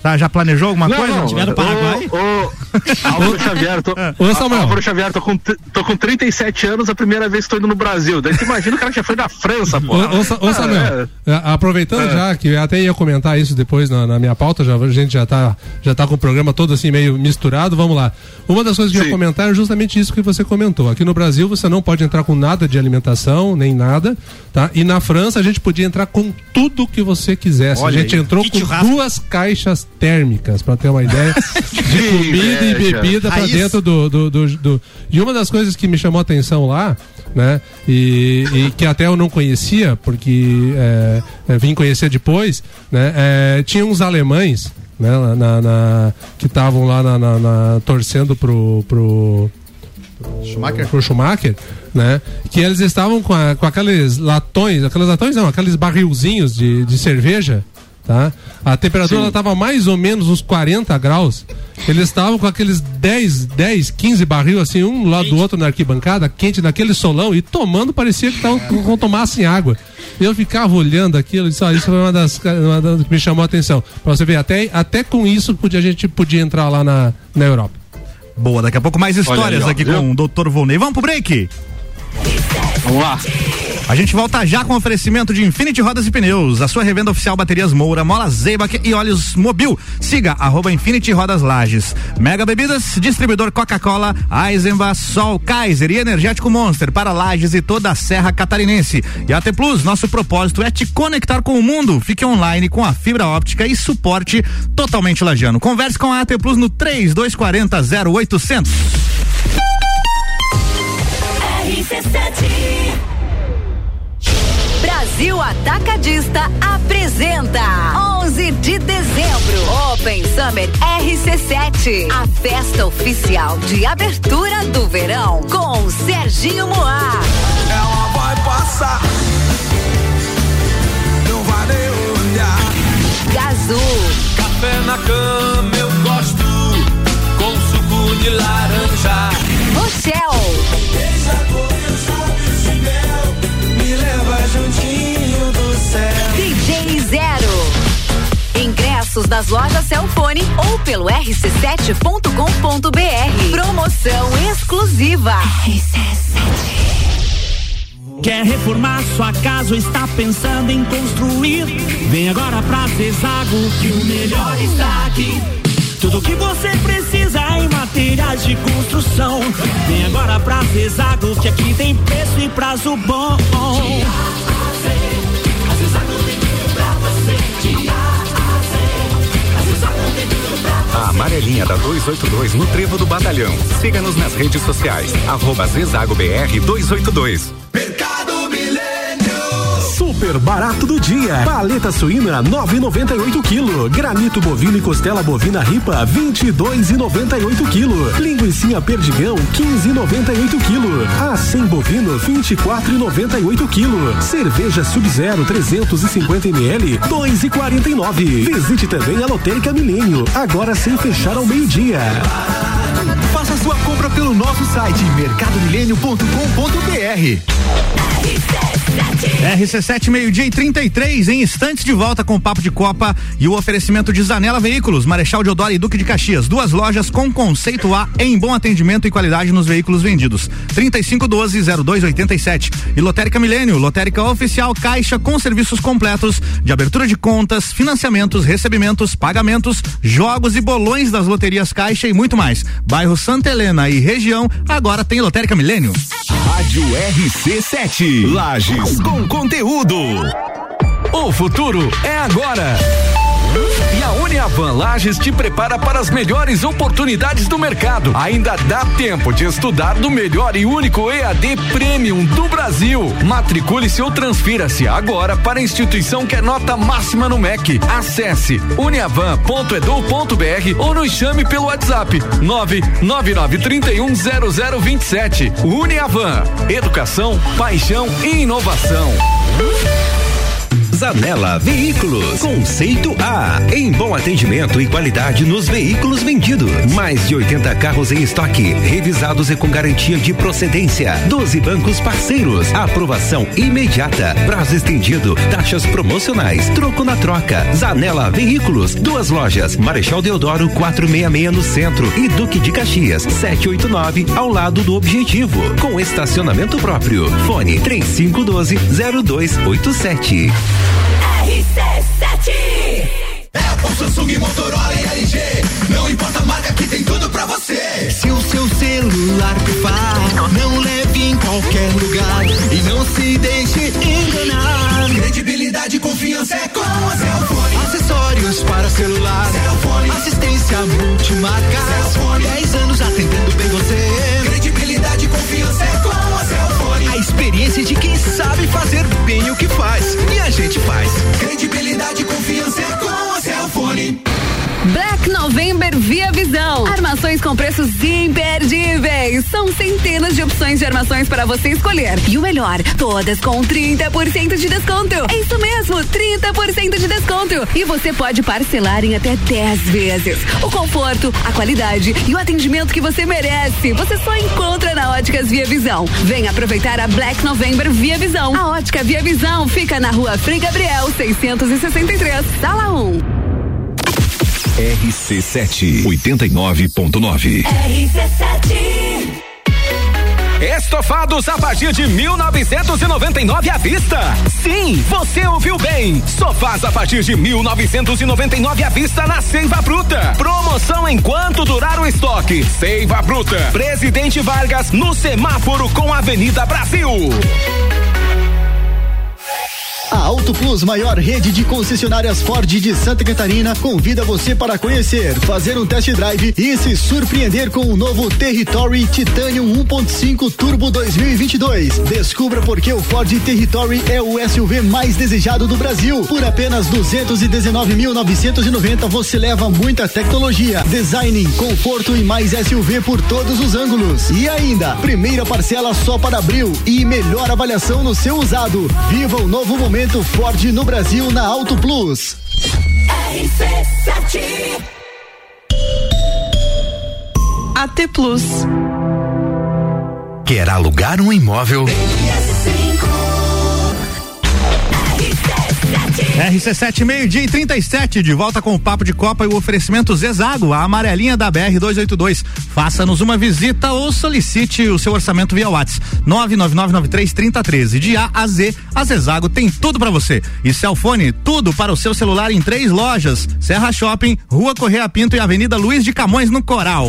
Tá, já planejou alguma não, coisa? Não, tiver no Paraguai? Ô, ô, Álvaro Xavier, tô, Ô, Samuel. Álvaro Xavier, tô com, tô com trinta e sete anos, a primeira vez que tô indo no Brasil. Daí tu imagina o cara que já foi na França, pô. Ô, ô, ô Samuel, ah, é. aproveitando é. já, que eu até ia comentar isso depois na, na minha pauta, já, a gente já tá, já tá com o programa todo assim meio misturado, vamos lá. Uma das coisas que Sim. eu ia comentar é justamente isso que você comentou. Aqui no Brasil você não pode entrar com nada de alimentação, nem nada, tá? E na França a gente podia entrar com tudo que você quisesse. Olha a gente aí. entrou que com churrasco. duas caixas térmicas, pra ter uma ideia, de comida e bebida pra dentro do, do, do, do... E uma das coisas que me chamou a atenção lá, né? E, e que até eu não conhecia, porque é, é, vim conhecer depois, né? É, tinha uns alemães, né? Na, na, que estavam lá na, na, na, torcendo pro, pro Schumacher. pro Schumacher, né? Que eles estavam com, a, com aqueles latões, aqueles latões não, aqueles barrilzinhos de, de cerveja, tá? A temperatura estava mais ou menos uns quarenta graus. Eles estavam com aqueles dez, dez, quinze barril assim, um do lado do outro na arquibancada, quente naquele solão e tomando, parecia que estavam como tomassem água. Eu ficava olhando aquilo e disse, ó, isso foi uma das, uma das que me chamou a atenção. Pra você ver, até, até com isso podia, a gente podia entrar lá na, na Europa. Boa, daqui a pouco mais histórias aí, ó, aqui viu? Com o doutor Volney. Vamos pro break? Vamos lá. A gente volta já com oferecimento de Infinity Rodas e Pneus, a sua revenda oficial Baterias Moura, Mola Zeibach e Óleos Mobil. Siga arroba Infinity Rodas Lages. Mega Bebidas, distribuidor Coca-Cola, Eisenbach, Sol, Kaiser e Energético Monster para Lages e toda a Serra Catarinense. E A T Plus, nosso propósito é te conectar com o mundo. Fique online com a fibra óptica e suporte totalmente lagiano. Converse com a A T Plus no três dois quatro zero zero oito zero zero. R C sete Brasil Atacadista apresenta onze de dezembro Open Summer R C sete, a festa oficial de abertura do verão com Serginho Moá. Ela vai passar, não vai nem olhar. Gazu, café na cama eu gosto, com suco de laranja. Rochelle, deixa comer os lábios de mel, me leva juntinho do céu. D J Zero. Ingressos das lojas Cellfone ou pelo r c sete ponto com ponto b r. Promoção exclusiva. R C sete. Quer reformar sua casa ou está pensando em construir? Vem agora pra Zezago, que o melhor está aqui. Tudo que você precisa em materiais de construção. Vem agora pra Zezago, que aqui tem preço e prazo bom. De A a Z, a Zezago tem tudo pra você. De A a Z, a Zezago tem tudo pra você. A amarelinha da duzentos e oitenta e dois no Trevo do Batalhão. Siga-nos nas redes sociais, arroba Zezago B R duzentos e oitenta e dois. Mercado Milênio. Super barato do dia. Paleta suína nove e noventa e oito quilo. Granito bovino e costela bovina ripa vinte e dois e noventa e oito quilo. Linguiça perdigão quinze e noventa e oito quilo. Acém bovino vinte e quatro e noventa e oito quilo. Cerveja Sub-Zero trezentos e cinquenta mililitros dois e quarenta e nove. Visite também a Lotérica Milênio, agora sem fechar ao meio-dia. Faça sua compra pelo nosso site mercado milênio ponto com ponto b r. R C sete, meio-dia e trinta e três, em instantes de volta com o Papo de Copa e o oferecimento de Zanela Veículos, Marechal Deodoro e Duque de Caxias, duas lojas com conceito A em bom atendimento e qualidade nos veículos vendidos. trinta e cinco doze, zero dois oitenta e sete. E Lotérica Milênio, lotérica oficial Caixa com serviços completos de abertura de contas, financiamentos, recebimentos, pagamentos, jogos e bolões das loterias Caixa e muito mais. Bairro Santa Helena e região, agora tem Lotérica Milênio. Rádio R C sete, Lages com conteúdo. O futuro é agora. E a Uniavan Lages te prepara para as melhores oportunidades do mercado. Ainda dá tempo de estudar no melhor e único E A D Premium do Brasil. Matricule-se ou transfira-se agora para a instituição que é nota máxima no M E C. Acesse uniavan ponto edu ponto b r ou nos chame pelo WhatsApp nove nove nove três um zero zero dois sete. Uniavan, educação, paixão e inovação. Zanela Veículos, conceito A, em bom atendimento e qualidade nos veículos vendidos. Mais de oitenta carros em estoque, revisados e com garantia de procedência. doze bancos parceiros, aprovação imediata, prazo estendido, taxas promocionais, troco na troca. Zanela Veículos, duas lojas, Marechal Deodoro quatrocentos e sessenta e seis no centro e Duque de Caxias setecentos e oitenta e nove ao lado do Objetivo, com estacionamento próprio. Fone três cinco um dois zero dois oito sete. R C sete. Apple, Samsung, Motorola e L G. Não importa a marca, que tem tudo pra você. Se o seu celular pifar, não leve em qualquer lugar e não se deixe enganar. Credibilidade e confiança é com a Cellfone. Acessórios para celular, Cellfone. Assistência multimarca, Cellfone. dez anos atendendo bem você. Credibilidade e confiança é com a Cellfone. A experiência de quem sabe fazer bem o que faz. E a gente faz. Credibilidade e confiança é com a Cellfone. Black November Via Visão. Armações com preços imperdíveis. São centenas de opções de armações para você escolher. E o melhor, todas com trinta por cento de desconto. É isso mesmo, trinta por cento de desconto. E você pode parcelar em até dez vezes. O conforto, a qualidade e o atendimento que você merece, você só encontra na Óticas Via Visão. Vem aproveitar a Black November Via Visão. A Ótica Via Visão fica na Rua Frei Gabriel, seiscentos e sessenta e três, sala um. R C sete oitenta e nove ponto nove. R C sete. Estofados a partir de mil novecentos e noventa e nove à vista. Sim, você ouviu bem. Sofás a partir de mil novecentos e noventa e nove à vista na Seiva Bruta. Promoção enquanto durar o estoque. Seiva Bruta, Presidente Vargas, no semáforo com a Avenida Brasil. A Auto Plus, maior rede de concessionárias Ford de Santa Catarina, convida você para conhecer, fazer um test drive e se surpreender com o novo Territory Titanium um ponto cinco Turbo dois mil e vinte e dois. Descubra por que o Ford Territory é o S U V mais desejado do Brasil. Por apenas duzentos e dezenove mil novecentos e noventa você leva muita tecnologia, design, conforto e mais S U V por todos os ângulos. E ainda, primeira parcela só para abril e melhor avaliação no seu usado. Viva o novo momento Ford no Brasil na Auto Plus. R C sete. A T Plus. Quer alugar um imóvel? R C sete, meio-dia e trinta e sete, de volta com o Papo de Copa e o oferecimento Zezago, a amarelinha da B R duzentos e oitenta e dois. Faça-nos uma visita ou solicite o seu orçamento via WhatsApp nove nove nove nove três três zero um três. De A a Z, a Zezago tem tudo pra você. E Cellfone, tudo para o seu celular em três lojas: Serra Shopping, Rua Correia Pinto e Avenida Luiz de Camões, no Coral.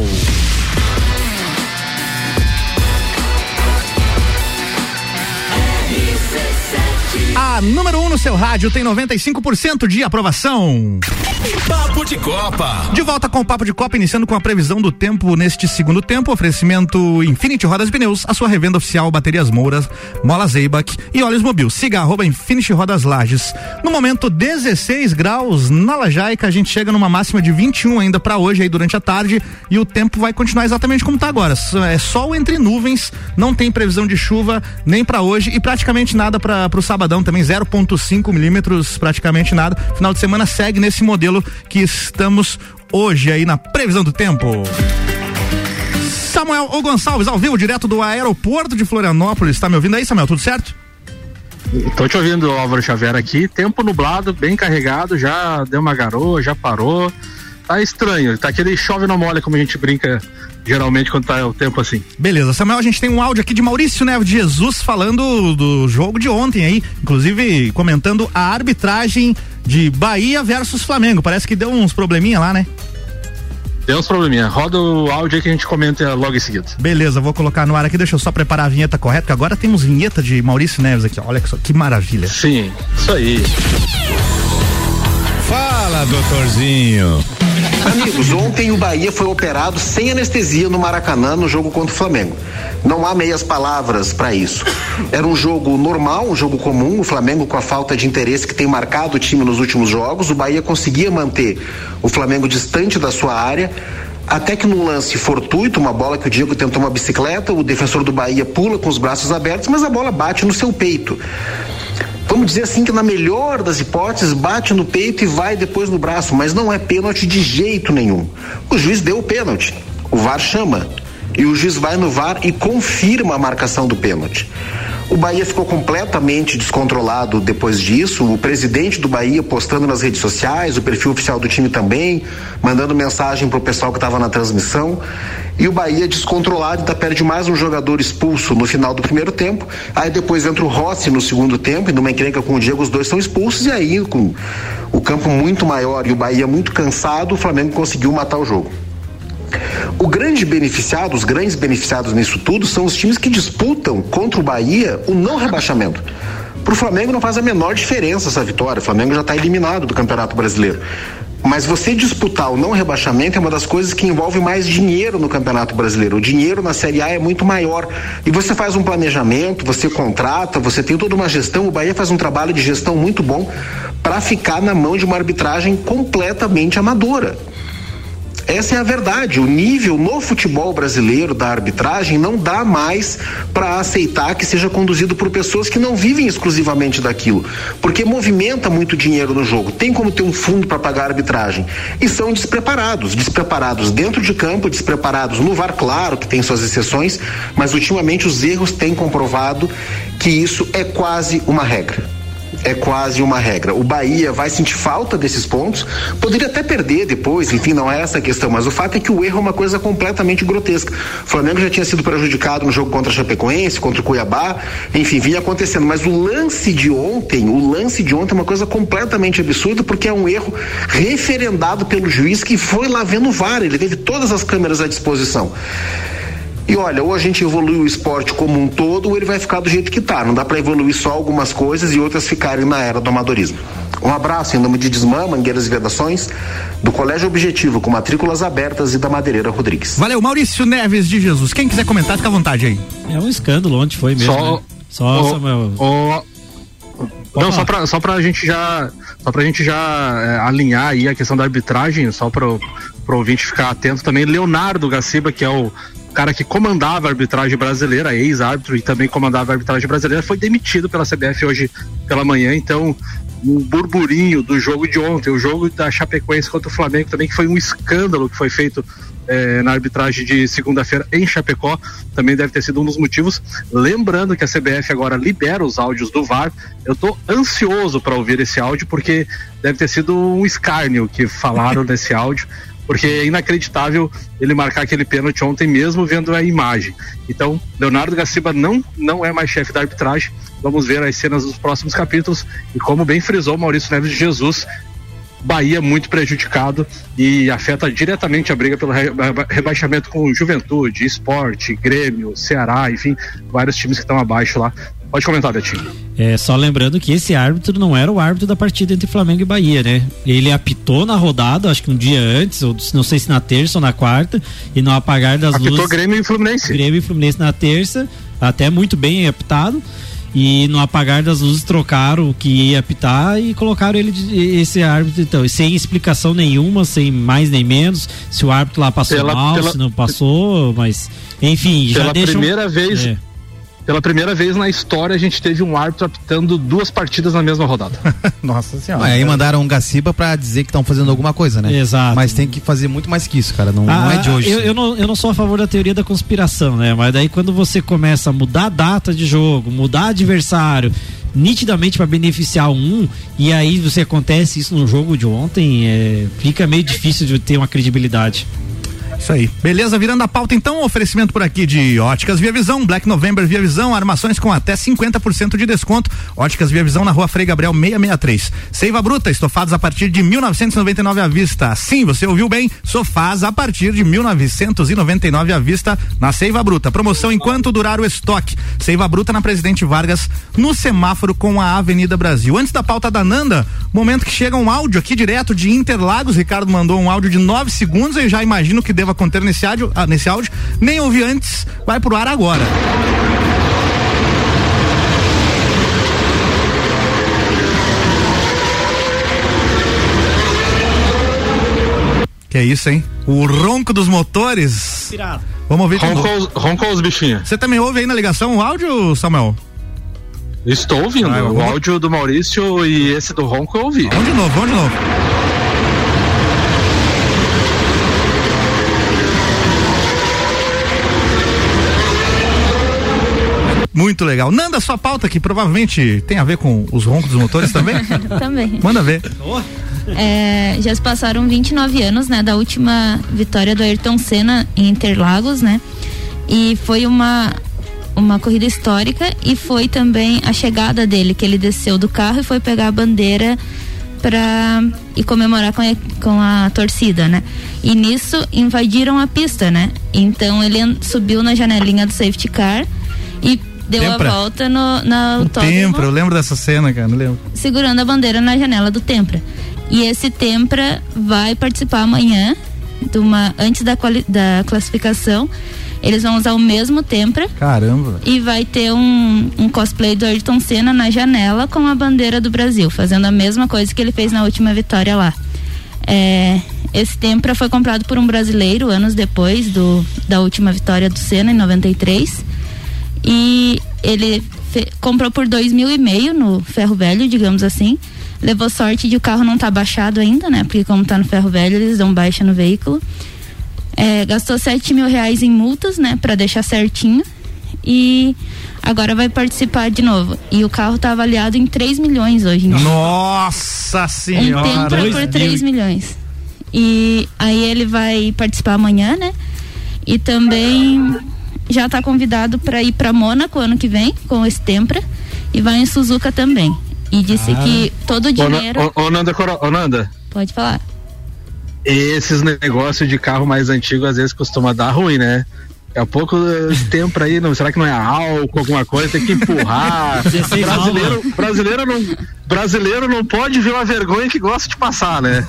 A número um no seu rádio tem noventa e cinco por cento de aprovação. Papo de Copa. De volta com o Papo de Copa, iniciando com a previsão do tempo neste segundo tempo. Oferecimento Infinity Rodas e Pneus, a sua revenda oficial, baterias Mouras, molas Eibach e óleos Mobil. Siga arroba Infinity Rodas Lages. No momento, dezesseis graus na Lajaica. A gente chega numa máxima de vinte e um ainda para hoje aí durante a tarde, e o tempo vai continuar exatamente como tá agora. É sol entre nuvens, não tem previsão de chuva nem para hoje e praticamente nada para pro sabadão também, zero vírgula cinco milímetros, praticamente nada. Final de semana segue nesse modelo que estamos hoje aí na previsão do tempo. Samuel O Gonçalves, ao vivo, direto do aeroporto de Florianópolis. Tá me ouvindo aí, Samuel? Tudo certo? Tô te ouvindo, Álvaro Xavier, aqui. Tempo nublado, bem carregado, já deu uma garoa, já parou. Tá estranho, tá aquele chove não molha, como a gente brinca geralmente quando tá o tempo assim. Beleza, Samuel, a gente tem um áudio aqui de Maurício Neves de Jesus falando do jogo de ontem aí, inclusive comentando a arbitragem de Bahia versus Flamengo. Parece que deu uns probleminha lá, né? Deu uns probleminha. Roda o áudio aí que a gente comenta logo em seguida. Beleza, vou colocar no ar aqui, deixa eu só preparar a vinheta correta, porque agora temos vinheta de Maurício Neves aqui, olha só que maravilha. Sim, isso aí. Fala, doutorzinho. Amigos, ontem o Bahia foi operado sem anestesia no Maracanã no jogo contra o Flamengo. Não há meias palavras para isso. Era um jogo normal, um jogo comum. O Flamengo, com a falta de interesse que tem marcado o time nos últimos jogos, o Bahia conseguia manter o Flamengo distante da sua área, até que num lance fortuito, uma bola que o Diego tentou uma bicicleta, o defensor do Bahia pula com os braços abertos, mas a bola bate no seu peito. vamos dizer assim que na melhor das hipóteses bate no peito e vai depois no braço, mas não é pênalti de jeito nenhum. O juiz deu o pênalti, o V A R chama e o juiz vai no V A R e confirma a marcação do pênalti. O Bahia ficou completamente descontrolado depois disso, o presidente do Bahia postando nas redes sociais, o perfil oficial do time também, mandando mensagem pro pessoal que estava na transmissão, e o Bahia descontrolado, ainda perde mais um jogador expulso no final do primeiro tempo, aí depois entra o Rossi no segundo tempo, e numa encrenca com o Diego os dois são expulsos, e aí com o campo muito maior e o Bahia muito cansado, o Flamengo conseguiu matar o jogo. O grande beneficiado, os grandes beneficiados nisso tudo são os times que disputam contra o Bahia o não rebaixamento. Para o Flamengo não faz a menor diferença essa vitória, o Flamengo já está eliminado do Campeonato Brasileiro. Mas você disputar o não rebaixamento é uma das coisas que envolve mais dinheiro no Campeonato Brasileiro. O dinheiro na Série A é muito maior. E você faz um planejamento, você contrata, você tem toda uma gestão. O Bahia faz um trabalho de gestão muito bom para ficar na mão de uma arbitragem completamente amadora. Essa é a verdade. O nível no futebol brasileiro da arbitragem não dá mais para aceitar que seja conduzido por pessoas que não vivem exclusivamente daquilo, porque movimenta muito dinheiro no jogo. Tem como ter um fundo para pagar a arbitragem e são despreparados, despreparados dentro de campo, despreparados no V A R, claro que tem suas exceções, mas ultimamente os erros têm comprovado que isso é quase uma regra. É quase uma regra. O Bahia vai sentir falta desses pontos, poderia até perder depois, enfim, não é essa a questão, mas o fato é que o erro é uma coisa completamente grotesca. O Flamengo já tinha sido prejudicado no jogo contra a Chapecoense, contra o Cuiabá, enfim, vinha acontecendo, mas o lance de ontem, o lance de ontem é uma coisa completamente absurda, porque é um erro referendado pelo juiz que foi lá vendo o V A R, ele teve todas as câmeras à disposição. E olha, ou a gente evolui o esporte como um todo, ou ele vai ficar do jeito que tá. Não dá para evoluir só algumas coisas e outras ficarem na era do amadorismo. Um abraço em nome de Desmã, Mangueiras e Vedações, do Colégio Objetivo, com matrículas abertas, e da Madeireira Rodrigues. Valeu, Maurício Neves de Jesus. Quem quiser comentar, fica à vontade aí. É um escândalo, onde foi mesmo, Só, né? Só, o, Samuel. O, não, só pra, só pra gente já, só pra gente já é, alinhar aí a questão da arbitragem, só pro, pro ouvinte ficar atento também, Leonardo Gaciba, que é o cara que comandava a arbitragem brasileira, ex-árbitro e também comandava a arbitragem brasileira, foi demitido pela C B F hoje pela manhã. Então o burburinho do jogo de ontem, o jogo da Chapecoense contra o Flamengo também, que foi um escândalo que foi feito eh, na arbitragem de segunda-feira em Chapecó, também deve ter sido um dos motivos. Lembrando que a C B F agora libera os áudios do V A R. Eu tô ansioso para ouvir esse áudio, porque deve ter sido um escárnio que falaram nesse áudio, porque é inacreditável ele marcar aquele pênalti ontem mesmo vendo a imagem. Então, Leonardo Gaciba não, não é mais chefe da arbitragem. Vamos ver as cenas dos próximos capítulos, e como bem frisou Maurício Neves de Jesus, Bahia muito prejudicado e afeta diretamente a briga pelo rebaixamento com Juventude, Sport, Grêmio, Ceará, enfim, vários times que estão abaixo lá. Pode comentar, Betinho. É, só lembrando que esse árbitro não era o árbitro da partida entre Flamengo e Bahia, né? Ele apitou na rodada, acho que um dia antes, ou não sei se na terça ou na quarta, e no apagar das apitou luzes... Apitou Grêmio e Fluminense. Grêmio e Fluminense na terça, até muito bem apitado, e no apagar das luzes trocaram o que ia apitar e colocaram ele, esse árbitro, então, sem explicação nenhuma, sem mais nem menos, se o árbitro lá passou pela, mal, pela, se não passou, mas enfim, já pela deixam... primeira vez... É. Pela primeira vez na história a gente teve um árbitro apitando duas partidas na mesma rodada. Nossa senhora. Mas aí mandaram um Gaciba pra dizer que estão fazendo alguma coisa, né? Exato. Mas tem que fazer muito mais que isso, cara. Não, ah, não é de hoje. Eu, eu, não, eu não sou a favor da teoria da conspiração, né? Mas daí quando você começa a mudar a data de jogo, mudar adversário, nitidamente para beneficiar um, e aí você acontece isso no jogo de ontem, é, fica meio difícil de ter uma credibilidade. Isso aí. Beleza, virando a pauta então, oferecimento por aqui de Óticas Via Visão, Black November Via Visão, armações com até cinquenta por cento de desconto. Óticas Via Visão na Rua Frei Gabriel seiscentos e sessenta e três. Seiva Bruta, estofados a partir de mil novecentos e noventa e nove à vista. Sim, você ouviu bem, sofás a partir de mil novecentos e noventa e nove à vista na Seiva Bruta. Promoção enquanto durar o estoque. Seiva Bruta na Presidente Vargas, no semáforo com a Avenida Brasil. Antes da pauta da Nanda, momento que chega um áudio aqui direto de Interlagos. Ricardo mandou um áudio de nove segundos, eu já imagino que deva conter nesse áudio, ah, nesse áudio, nem ouvi antes, vai pro ar agora. Que é isso, hein? O ronco dos motores. Pirata. Vamos ouvir. Roncou os, roncou os bichinhos. Você também ouve aí na ligação o áudio, Samuel? Estou ouvindo. Ah, o áudio do Maurício e esse do Ronco eu ouvi. Vamos de novo, vamos de novo. Muito legal. Nanda, sua pauta que provavelmente tem a ver com os roncos dos motores também? Também. Manda ver. É, já se passaram vinte e nove anos, né, da última vitória do Ayrton Senna em Interlagos, né? E foi uma uma corrida histórica e foi também a chegada dele, que ele desceu do carro e foi pegar a bandeira para e comemorar com a, com a torcida, né? E nisso invadiram a pista, né? Então ele subiu na janelinha do safety car e deu Tempra. a volta no, na autódromo. Tempra, eu lembro dessa cena, cara, não lembro. Segurando a bandeira na janela do Tempra. E esse Tempra vai participar amanhã, de uma, antes da, quali, da classificação. Eles vão usar o mesmo Tempra. Caramba. E vai ter um, um cosplay do Ayrton Senna na janela com a bandeira do Brasil, fazendo a mesma coisa que ele fez na última vitória lá. É, esse Tempra foi comprado por um brasileiro anos depois do, da última vitória do Senna, em noventa e três. E ele fe, comprou por dois mil e meio no ferro velho, digamos assim. Levou sorte de o carro não estar tá baixado ainda, né? Porque como tá no ferro velho, eles dão baixa no veículo. É, gastou sete mil reais em multas, né? Pra deixar certinho. E agora vai participar de novo. E o carro tá avaliado em três milhões hoje. Né? Nossa senhora! Um Tempra por três milhões. E aí ele vai participar amanhã, né? E também já tá convidado para ir para Mônaco ano que vem com esse Tempra e vai em Suzuka também. E disse ah. que todo o dinheiro. Ô, ô, Nanda, ô, Nanda. Pode falar. Esses negócios de carro mais antigo às vezes costuma dar ruim, né? Daqui a pouco esse Tempra aí, não, será que não é álcool, alguma coisa, tem que empurrar. brasileiro, brasileiro, não, brasileiro não pode ver uma vergonha que gosta de passar, né?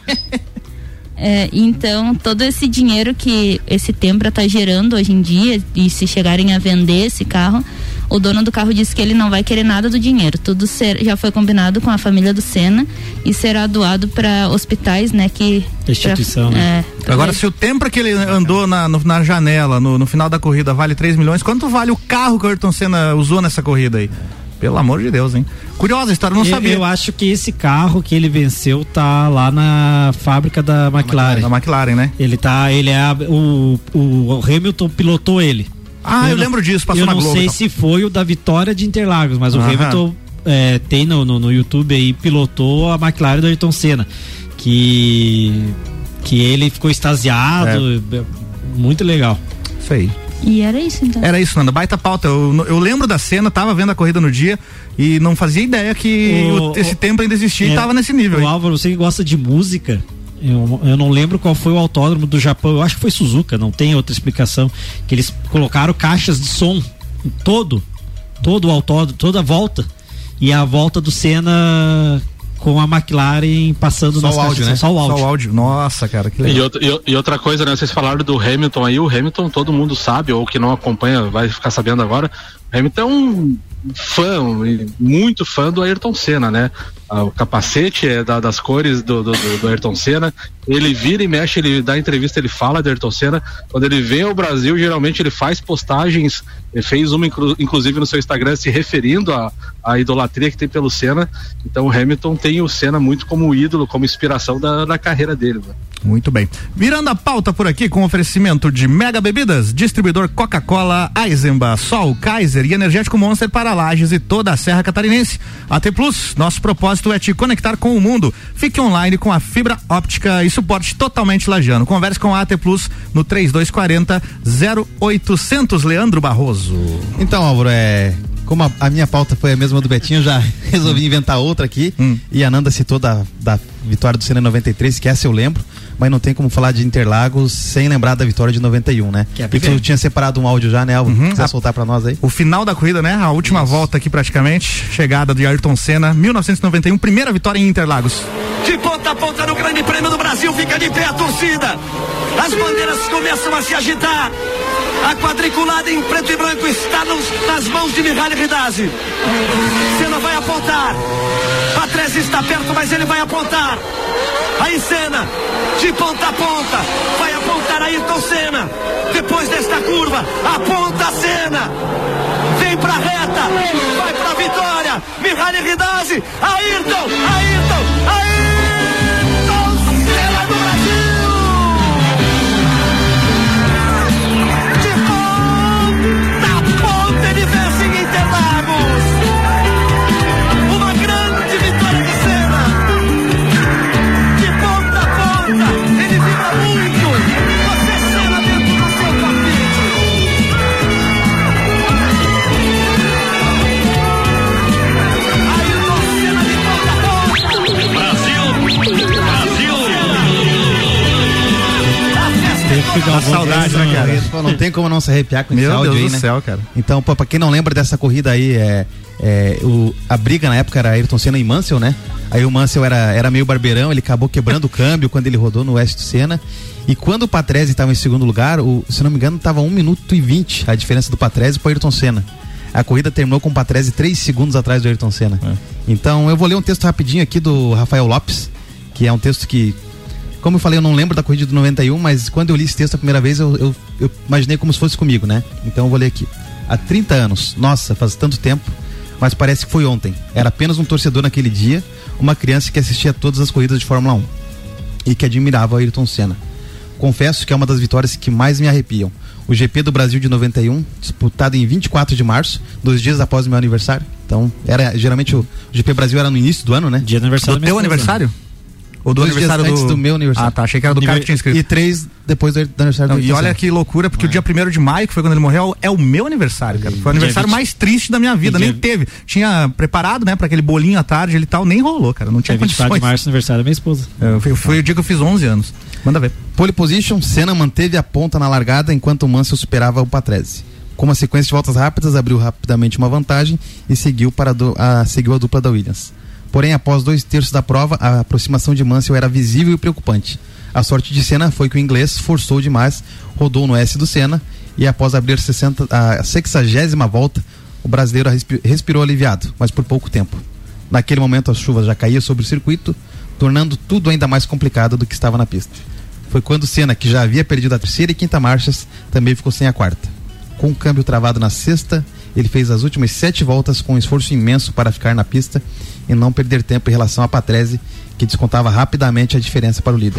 É, então todo esse dinheiro que esse Tempra tá gerando hoje em dia, e se chegarem a vender esse carro, o dono do carro disse que ele não vai querer nada do dinheiro, tudo ser, já foi combinado com a família do Senna e será doado para hospitais, né, que instituição, pra, né? É, agora ver. Se o Tempra que ele andou na, no, na janela no, no final da corrida vale três milhões, quanto vale o carro que o Ayrton Senna usou nessa corrida aí? Pelo amor de Deus, hein? Curiosa a história, não eu, sabia. Eu acho que esse carro que ele venceu tá lá na fábrica da McLaren. Da McLaren, né? Ele tá, ele é a, o, o Hamilton pilotou ele. Ah, eu, eu não, lembro disso, passou na Globo. Eu não sei então. se foi o da vitória de Interlagos, mas Aham. o Hamilton é, tem no, no, no YouTube aí, pilotou a McLaren do Ayrton Senna, que que ele ficou extasiado, é. muito legal. Isso aí. E era isso então. Era isso, Nanda, baita pauta. Eu, eu lembro da cena, tava vendo a corrida no dia e não fazia ideia que o, o, esse o, tempo ainda existia é, e tava nesse nível. O Álvaro, você que gosta de música, eu, eu não lembro qual foi o autódromo do Japão, eu acho que foi Suzuka, não tem outra explicação, que eles colocaram caixas de som todo, todo o autódromo, toda a volta, e a volta do Senna com a McLaren passando só nas o áudio, caixas, né? Só o áudio. Só o áudio. Nossa, cara, que legal. E outra, e, e outra coisa, né? Vocês falaram do Hamilton aí, o Hamilton todo mundo sabe, ou que não acompanha vai ficar sabendo agora. O Hamilton é um fã, muito fã do Ayrton Senna, né? O capacete é da, das cores do, do, do Ayrton Senna. Ele vira e mexe, ele dá entrevista, ele fala do Ayrton Senna. Quando ele vem ao Brasil, geralmente ele faz postagens, ele fez uma inclu, inclusive no seu Instagram se referindo à, à idolatria que tem pelo Senna. Então o Hamilton tem o Senna muito como ídolo, como inspiração da, da carreira dele, né? Muito bem. Virando a pauta por aqui com oferecimento de Mega Bebidas, distribuidor Coca-Cola, Eisenbach, Sol, Kaiser e Energético Monster para Lages e toda a Serra Catarinense. A T Plus, nosso propósito é te conectar com o mundo. Fique online com a fibra óptica e suporte totalmente lagiano. Converse com a AT Plus no três dois quatro zero zero oitocentos, Leandro Barroso. Então, Álvaro, é... como a, a minha pauta foi a mesma do Betinho, já resolvi inventar outra aqui. Hum. E a Nanda citou da, da vitória do Senna em noventa e três, que essa eu lembro, mas não tem como falar de Interlagos sem lembrar da vitória de noventa e um, né? Que é e tu tinha separado um áudio já, né, Álvaro? Uhum. Quiser a, soltar pra nós aí? O final da corrida, né? A última Isso. volta aqui praticamente, chegada de Ayrton Senna, mil novecentos e noventa e um, primeira vitória em Interlagos. De ponta a ponta no Grande Prêmio do Brasil, fica de pé a torcida. As bandeiras começam a se agitar. A quadriculada em preto e branco está nos, nas mãos de Mihaly Ridazzi. Senna vai apontar. Patrese está perto, mas ele vai apontar. Aí Senna, de ponta a ponta, vai apontar Ayrton Senna. Depois desta curva, aponta Senna. vem pra reta, vai pra vitória, Mihaly Ridazzi, Ayrton, Ayrton, Ayrton Senna do Brasil! De ponta a ponta ele vence em Interlagos, uma grande vitória de Senna, de ponta a ponta, ele vibra muito, você Senna dentro do seu capítulo. Uma saudade, né, cara? Pô, não tem como não se arrepiar com esse áudio aí, né? Meu Deus do céu, cara. Então, pô, pra quem não lembra dessa corrida aí, é, é, o, a briga na época era Ayrton Senna e Mansell, né? Aí o Mansell era, era meio barbeirão, ele acabou quebrando o câmbio quando ele rodou no Oeste do Senna. E quando o Patrese estava em segundo lugar, o, se não me engano, tava um minuto e vinte a diferença do Patrese pro Ayrton Senna. A corrida terminou com o Patrese três segundos atrás do Ayrton Senna. É. Então, eu vou ler um texto rapidinho aqui do Rafael Lopes, que é um texto que, como eu falei, eu não lembro da corrida do noventa e um, mas quando eu li esse texto a primeira vez, eu, eu, eu imaginei como se fosse comigo, né? Então eu vou ler aqui. Há trinta anos, nossa, faz tanto tempo, mas parece que foi ontem. Era apenas um torcedor naquele dia, uma criança que assistia a todas as corridas de Fórmula um e que admirava o Ayrton Senna. Confesso que é uma das vitórias que mais me arrepiam. O G P do Brasil de noventa e um, disputado em vinte e quatro de março, dois dias após o meu aniversário. Então, era, geralmente o G P Brasil era no início do ano, né? Dia do aniversário. Do teu aniversário? Ou do Dois aniversário dias do... antes do meu aniversário. Ah, tá. Achei que era do cara que tinha escrito. E três depois do aniversário Não, do e olha que loucura, porque é. o dia primeiro de maio, que foi quando ele morreu, é o meu aniversário, cara. Foi o aniversário mais triste da minha vida. Nem teve. Tinha preparado, né, pra aquele bolinho à tarde, ele e tal, nem rolou, cara. Não tinha vinte e quatro de março, aniversário da minha esposa. É, foi, foi o dia que eu fiz onze anos. Manda ver. Pole position, Senna manteve a ponta na largada enquanto o Mansell superava o Patrese. Com uma sequência de voltas rápidas, abriu rapidamente uma vantagem e seguiu, para do, a, seguiu a dupla da Williams. Porém, após dois terços da prova, a aproximação de Mansell era visível e preocupante. A sorte de Senna foi que o inglês forçou demais, rodou no S do Senna e após abrir sessenta, a sexagésima volta, o brasileiro respirou aliviado, mas por pouco tempo. Naquele momento, as chuvas já caíam sobre o circuito, tornando tudo ainda mais complicado do que estava na pista. Foi quando Senna, que já havia perdido a terceira e quinta marchas, também ficou sem a quarta. Com o câmbio travado na sexta, ele fez as últimas sete voltas com um esforço imenso para ficar na pista e não perder tempo em relação a Patrese, que descontava rapidamente a diferença para o líder.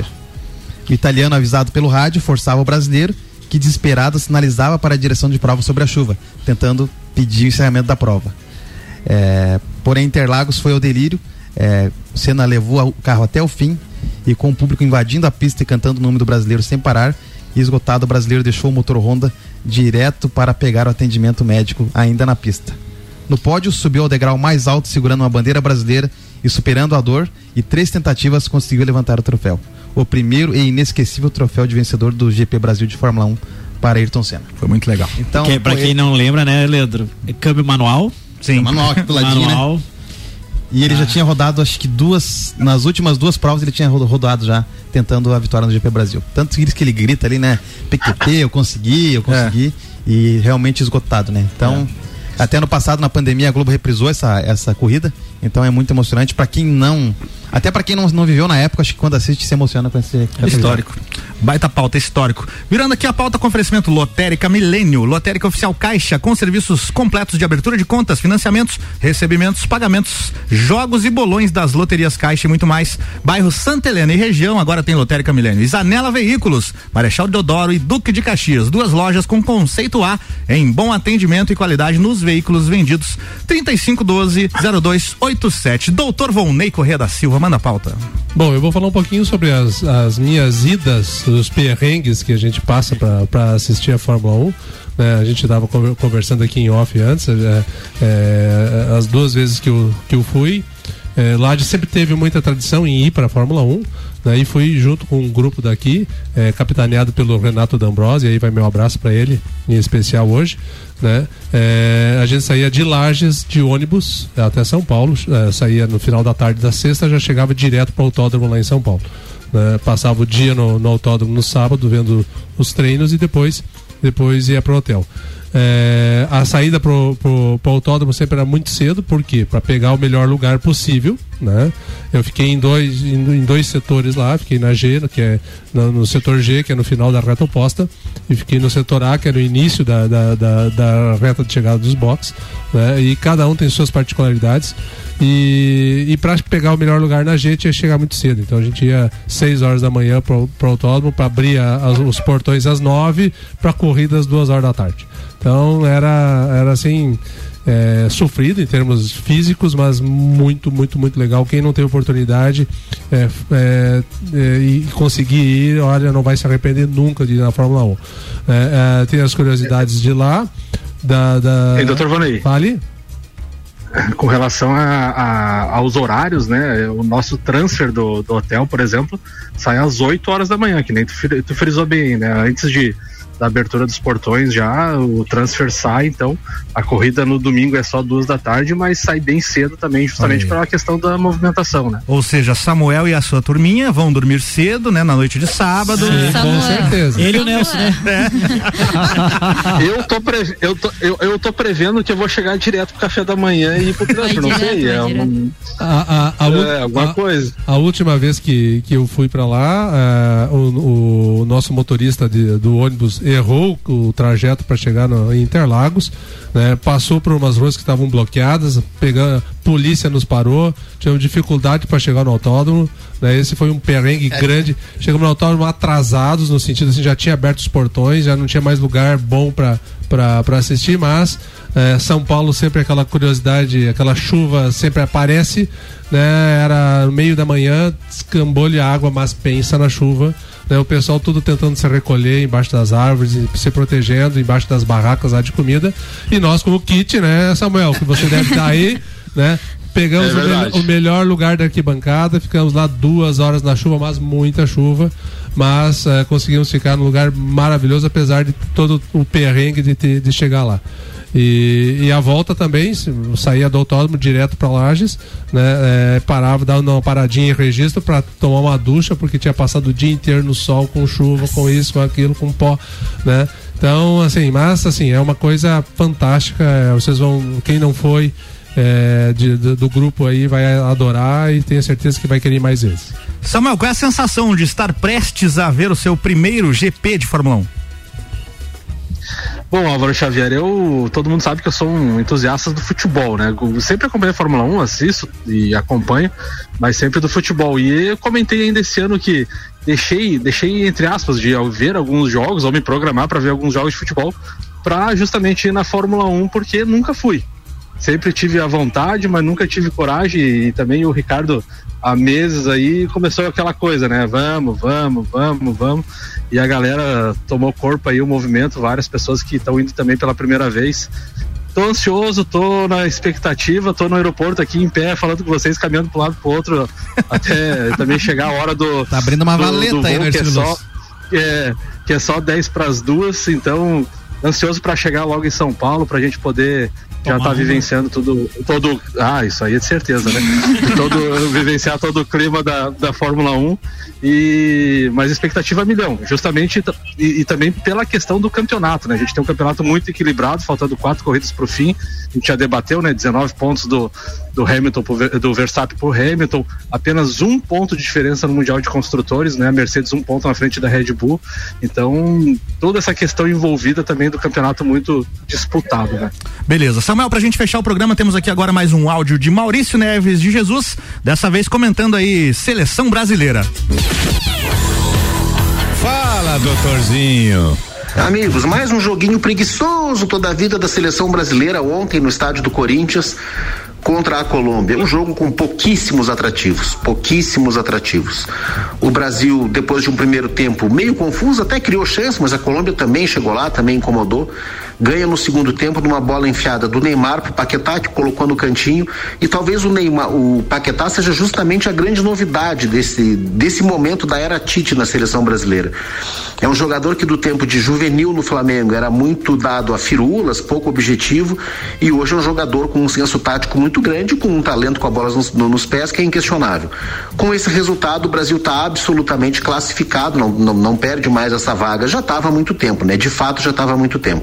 O italiano, avisado pelo rádio, forçava o brasileiro, que desesperado sinalizava para a direção de prova sobre a chuva, tentando pedir o encerramento da prova. É, porém, Interlagos foi ao delírio. É, Senna levou o carro até o fim e, com o público invadindo a pista e cantando o nome do brasileiro sem parar, e esgotado, o brasileiro deixou o motor Honda direto para pegar o atendimento médico ainda na pista. No pódio, subiu ao degrau mais alto segurando uma bandeira brasileira e, superando a dor e três tentativas, conseguiu levantar o troféu. O primeiro e inesquecível troféu de vencedor do G P Brasil de Fórmula um para Ayrton Senna. Foi muito legal. Então, que, pra quem não lembra, né, Leandro? É câmbio manual. Sim. Manual aqui do ladinho, manual. Né? E ele ah. já tinha rodado, acho que duas, nas últimas duas provas ele tinha rodado já, tentando a vitória no G P Brasil. Tanto que ele grita ali, né? P Q P, eu consegui, eu consegui. É. E realmente esgotado, né? Então, é. até ano passado, na pandemia, a Globo reprisou essa, essa corrida. Então é muito emocionante. Pra quem não... Até pra quem não, não viveu na época, acho que quando assiste se emociona com esse... Histórico. Baita pauta, histórico. Virando aqui a pauta com oferecimento Lotérica Milênio, Lotérica Oficial Caixa, com serviços completos de abertura de contas, financiamentos, recebimentos, pagamentos, jogos e bolões das loterias Caixa e muito mais. Bairro Santa Helena e região, agora tem Lotérica Milênio. Isanela Veículos, Marechal Deodoro e Duque de Caxias, duas lojas com conceito A, em bom atendimento e qualidade nos veículos vendidos. trinta e cinco doze, zero dois oito sete. Doutor Volney Corrêa da Silva, manda a pauta. Bom, eu vou falar um pouquinho sobre as, as minhas idas, os perrengues que a gente passa para assistir a Fórmula um. Né? A gente estava conversando aqui em off antes, é, é, as duas vezes que eu, que eu fui. É, Lade sempre teve muita tradição em ir para a Fórmula um, né? E fui junto com um grupo daqui, é, capitaneado pelo Renato D'Ambrosi, aí vai meu abraço para ele, em especial hoje, né? É, a gente saía de Lages de ônibus até São Paulo, é, saía no final da tarde da sexta, já chegava direto para o autódromo lá em São Paulo, né? Passava o dia no, no autódromo no sábado, vendo os treinos e depois, depois ia para o hotel. É, a saída pro, pro, pro autódromo sempre era muito cedo, por quê? Para pegar o melhor lugar possível, né? Eu fiquei em dois, em, em dois setores lá, fiquei na G, que é no, no setor G, que é no final da reta oposta, e fiquei no setor A, que era o início da, da, da, da reta de chegada dos boxes, né? E cada um tem suas particularidades. E, e para pegar o melhor lugar na gente ia chegar muito cedo, então a gente ia seis horas da manhã pro, pro autódromo para abrir a, a, os portões às nove, para corrida às duas horas da tarde. Então era, era assim, é, sofrido em termos físicos, mas muito, muito, muito legal. Quem não teve oportunidade é, é, é, e conseguir ir, olha, não vai se arrepender nunca de ir na Fórmula um. É, é, tem as curiosidades de lá. Da, da... Ei, doutor Vanei. Fale. Com relação a, a, aos horários, né? O nosso transfer do, do hotel, por exemplo, sai às oito horas da manhã, que nem tu, tu frisou bem, né? Antes de, da abertura dos portões já, o transfer sai, então a corrida no domingo é só duas da tarde, mas sai bem cedo também, justamente pela questão da movimentação, né? Ou seja, Samuel e a sua turminha vão dormir cedo, né? Na noite de sábado. Sim, com certeza. Ele e o Nelson, né? É. eu, tô pre... eu, tô, eu, eu tô prevendo que eu vou chegar direto pro café da manhã e ir pro transfer, não direto, sei, é, um... a, a, a, é alguma a, coisa. A última vez que, que eu fui pra lá, uh, o, o nosso motorista de, do ônibus errou o trajeto para chegar no, em Interlagos, né? Passou por umas ruas que estavam bloqueadas, pegando, polícia nos parou, tivemos dificuldade para chegar no autódromo, né? Esse foi um perrengue é. grande. Chegamos no autódromo atrasados, no sentido assim, já tinha aberto os portões, já não tinha mais lugar bom para para assistir, mas é, São Paulo sempre aquela curiosidade, aquela chuva sempre aparece, né? Era no meio da manhã, descambou-lhe a água, mas pensa na chuva, né? O pessoal tudo tentando se recolher embaixo das árvores e se protegendo embaixo das barracas lá de comida, e nós como kit, né, Samuel, que você deve estar aí, né? Pegamos é o, me- o melhor lugar da arquibancada, ficamos lá duas horas na chuva, mas muita chuva, mas uh, conseguimos ficar num lugar maravilhoso, apesar de todo o perrengue de, te, de chegar lá. E, e a volta também, saía do autódromo direto para Lages, né? É, parava, dava uma paradinha em Registro para tomar uma ducha, porque tinha passado o dia inteiro no sol, com chuva, com isso, com aquilo, com pó, né? Então, assim, mas assim, é uma coisa fantástica. É, vocês vão, quem não foi é, de, do, do grupo aí vai adorar e tenho certeza que vai querer ir mais vezes. Samuel, qual é a sensação de estar prestes a ver o seu primeiro G P de Fórmula um? Bom, Álvaro Xavier, eu, todo mundo sabe que eu sou um entusiasta do futebol, né? Eu sempre acompanhei a Fórmula um, assisto e acompanho, mas sempre do futebol. E eu comentei ainda esse ano que deixei, deixei entre aspas, de ver alguns jogos, ou me programar para ver alguns jogos de futebol, para justamente ir na Fórmula um, porque nunca fui. Sempre tive a vontade, mas nunca tive coragem, e também o Ricardo há meses aí começou aquela coisa, né? Vamos, vamos, vamos, vamos. E a galera tomou corpo aí, o movimento, várias pessoas que estão indo também pela primeira vez. Tô ansioso, tô na expectativa, tô no aeroporto aqui em pé, falando com vocês, caminhando para um lado pro outro, até também chegar a hora do. Tá abrindo uma do, valeta do voo, aí, que é só, é, que é só dez para as duas, então ansioso para chegar logo em São Paulo, pra gente poder já tá vivenciando tudo, todo, ah, isso aí é de certeza, né? todo, vivenciar todo o clima da, da Fórmula um, e, mas expectativa é milhão, justamente, e, e também pela questão do campeonato, né? A gente tem um campeonato muito equilibrado, faltando quatro corridas pro fim, a gente já debateu, né? dezenove pontos do, do Hamilton, pro, do Verstappen pro Hamilton, apenas um ponto de diferença no Mundial de Construtores, né? A Mercedes um ponto na frente da Red Bull, então toda essa questão envolvida também do campeonato muito disputado, né? Beleza, Samuel, pra gente fechar o programa, temos aqui agora mais um áudio de Maurício Neves de Jesus, dessa vez comentando aí Seleção Brasileira. Fala, doutorzinho. Amigos, mais um joguinho preguiçoso toda a vida da Seleção Brasileira ontem no estádio do Corinthians contra a Colômbia, um jogo com pouquíssimos atrativos, pouquíssimos atrativos. O Brasil, depois de um primeiro tempo meio confuso, até criou chance, mas a Colômbia também chegou lá, também incomodou. Ganha no segundo tempo numa bola enfiada do Neymar pro Paquetá, que colocou no cantinho, e talvez o Neymar, o Paquetá seja justamente a grande novidade desse, desse momento da era Tite na seleção brasileira. É um jogador que do tempo de juvenil no Flamengo era muito dado a firulas, pouco objetivo, e hoje é um jogador com um senso tático muito grande, com um talento com a bola nos, nos pés que é inquestionável. Com esse resultado, o Brasil está absolutamente classificado, não, não, não perde mais essa vaga, já estava há muito tempo, né? De fato já estava há muito tempo.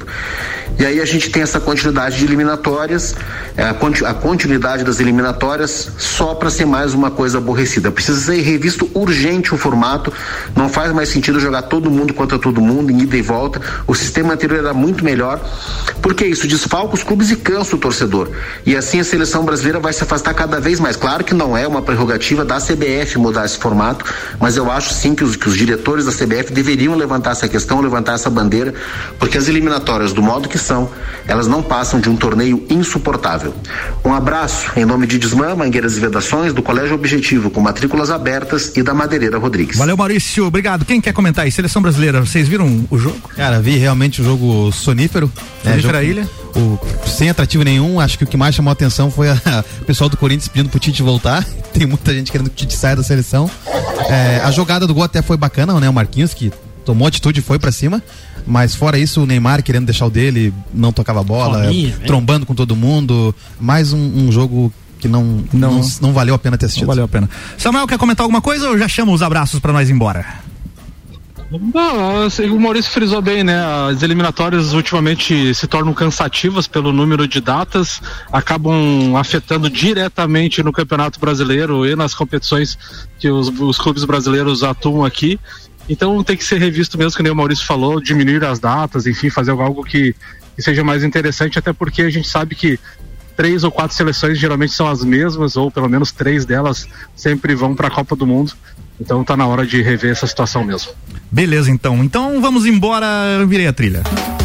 E aí a gente tem essa continuidade de eliminatórias, a continuidade das eliminatórias só para ser mais uma coisa aborrecida. Precisa ser revisto urgente o formato, não faz mais sentido jogar todo mundo contra todo mundo em ida e volta. O sistema anterior era muito melhor, porque isso desfalca os clubes e cansa o torcedor. E assim a seleção brasileira vai se afastar cada vez mais. Claro que não é uma prerrogativa da C B F mudar esse formato, mas eu acho sim que os, que os diretores da C B F deveriam levantar essa questão, levantar essa bandeira, porque as eliminatórias, do modo que são, elas não passam de um torneio insuportável. Um abraço em nome de Desmã, Mangueiras e Vedações, do Colégio Objetivo, com matrículas abertas, e da Madeireira Rodrigues. Valeu, Maurício, obrigado. Quem quer comentar aí? Seleção brasileira, vocês viram o jogo? Cara, vi realmente o jogo sonífero. Sonífera é, Ilha? O, sem atrativo nenhum, acho que o que mais chamou a atenção foi a, o pessoal do Corinthians pedindo pro Tite voltar. Tem muita gente querendo que o Tite saia da seleção. É, a jogada do gol até foi bacana, né? O Marquinhos, que tomou atitude e foi pra cima. Mas fora isso, o Neymar querendo deixar o dele, não tocava a bola, Fominha, trombando né? com todo mundo. Mais um, um jogo que não, não, não, não valeu a pena ter assistido. Não valeu a pena. Samuel, quer comentar alguma coisa ou já chama os abraços pra nós ir embora? Não, o Maurício frisou bem, né? As eliminatórias ultimamente se tornam cansativas pelo número de datas, acabam afetando diretamente no Campeonato Brasileiro e nas competições que os, os clubes brasileiros atuam aqui. Então tem que ser revisto mesmo, que nem o Maurício falou, diminuir as datas, enfim, fazer algo que, que seja mais interessante, até porque a gente sabe que três ou quatro seleções geralmente são as mesmas, ou pelo menos três delas sempre vão para a Copa do Mundo. Então tá na hora de rever essa situação mesmo. Beleza, então. Então vamos embora, eu virei a trilha.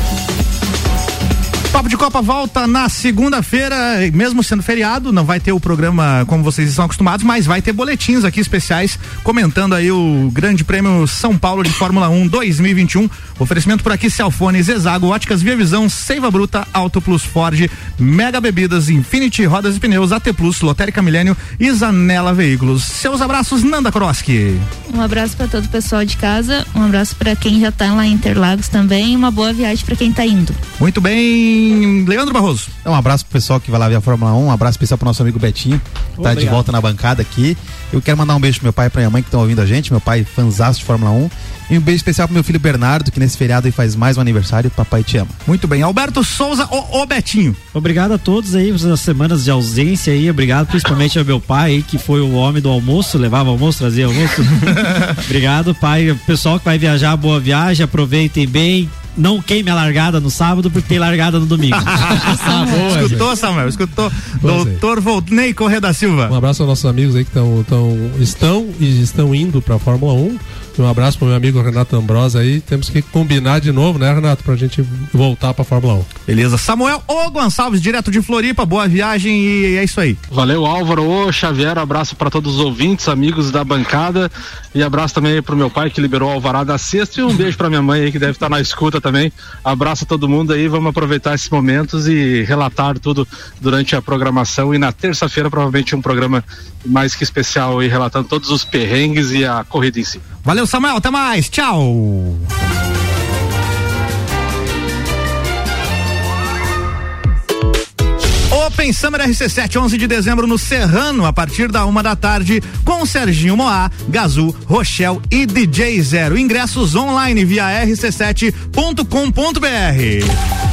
Papo de Copa volta na segunda-feira, mesmo sendo feriado, não vai ter o programa como vocês estão acostumados, mas vai ter boletins aqui especiais comentando aí o Grande Prêmio São Paulo de Fórmula um dois mil e vinte e um. Oferecimento por aqui: Celfone, Zezago, Óticas Via Visão, Seiva Bruta, Auto Plus Ford, Mega Bebidas, Infinity Rodas e Pneus, A T Plus, Lotérica Milênio e Zanela Veículos. Seus abraços, Nanda Kroski. Um abraço para todo o pessoal de casa, um abraço para quem já tá lá em Interlagos também, uma boa viagem para quem tá indo. Muito bem. Leandro Barroso. Um abraço pro pessoal que vai lá ver a Fórmula um, um abraço especial pro nosso amigo Betinho, que tá de volta na bancada aqui. Eu quero mandar um beijo pro meu pai e pra minha mãe que estão ouvindo a gente, meu pai fanzaço de Fórmula um, e um beijo especial pro meu filho Bernardo, que nesse feriado aí faz mais um aniversário. Papai te ama. Muito bem, Alberto Souza, o, o Betinho. Obrigado a todos aí pelas semanas de ausência aí, obrigado principalmente ao meu pai aí, que foi o homem do almoço, levava almoço, trazia almoço. Obrigado, pai. Pessoal que vai viajar, boa viagem, aproveitem bem. Não queime a largada no sábado, porque tem largada no domingo. Ah, boa, escutou, Samuel? Escutou? Doutor Volney Corrêa da Silva. Um abraço aos nossos amigos aí que tão, tão, estão e estão indo para a Fórmula um. Um abraço pro meu amigo Renato Ambrosa aí. Temos que combinar de novo, né, Renato? Pra gente voltar pra Fórmula um. Beleza. Samuel O Gonçalves, direto de Floripa. Boa viagem e é isso aí. Valeu, Álvaro. Ô, Xavier. Abraço pra todos os ouvintes, amigos da bancada. E abraço também pro meu pai que liberou o alvará da sexta. E um beijo pra minha mãe aí que deve estar na escuta também. Abraço a todo mundo aí. Vamos aproveitar esses momentos e relatar tudo durante a programação. E na terça-feira, provavelmente, um programa mais que especial aí, relatando todos os perrengues e a corrida em si. Valeu, Samuel, até mais, tchau. Open Summer R C sete, onze de dezembro no Serrano, a partir da uma da tarde, com Serginho Moá, Gazu, Rochelle e D J Zero. Ingressos online via r c sete ponto com ponto b r.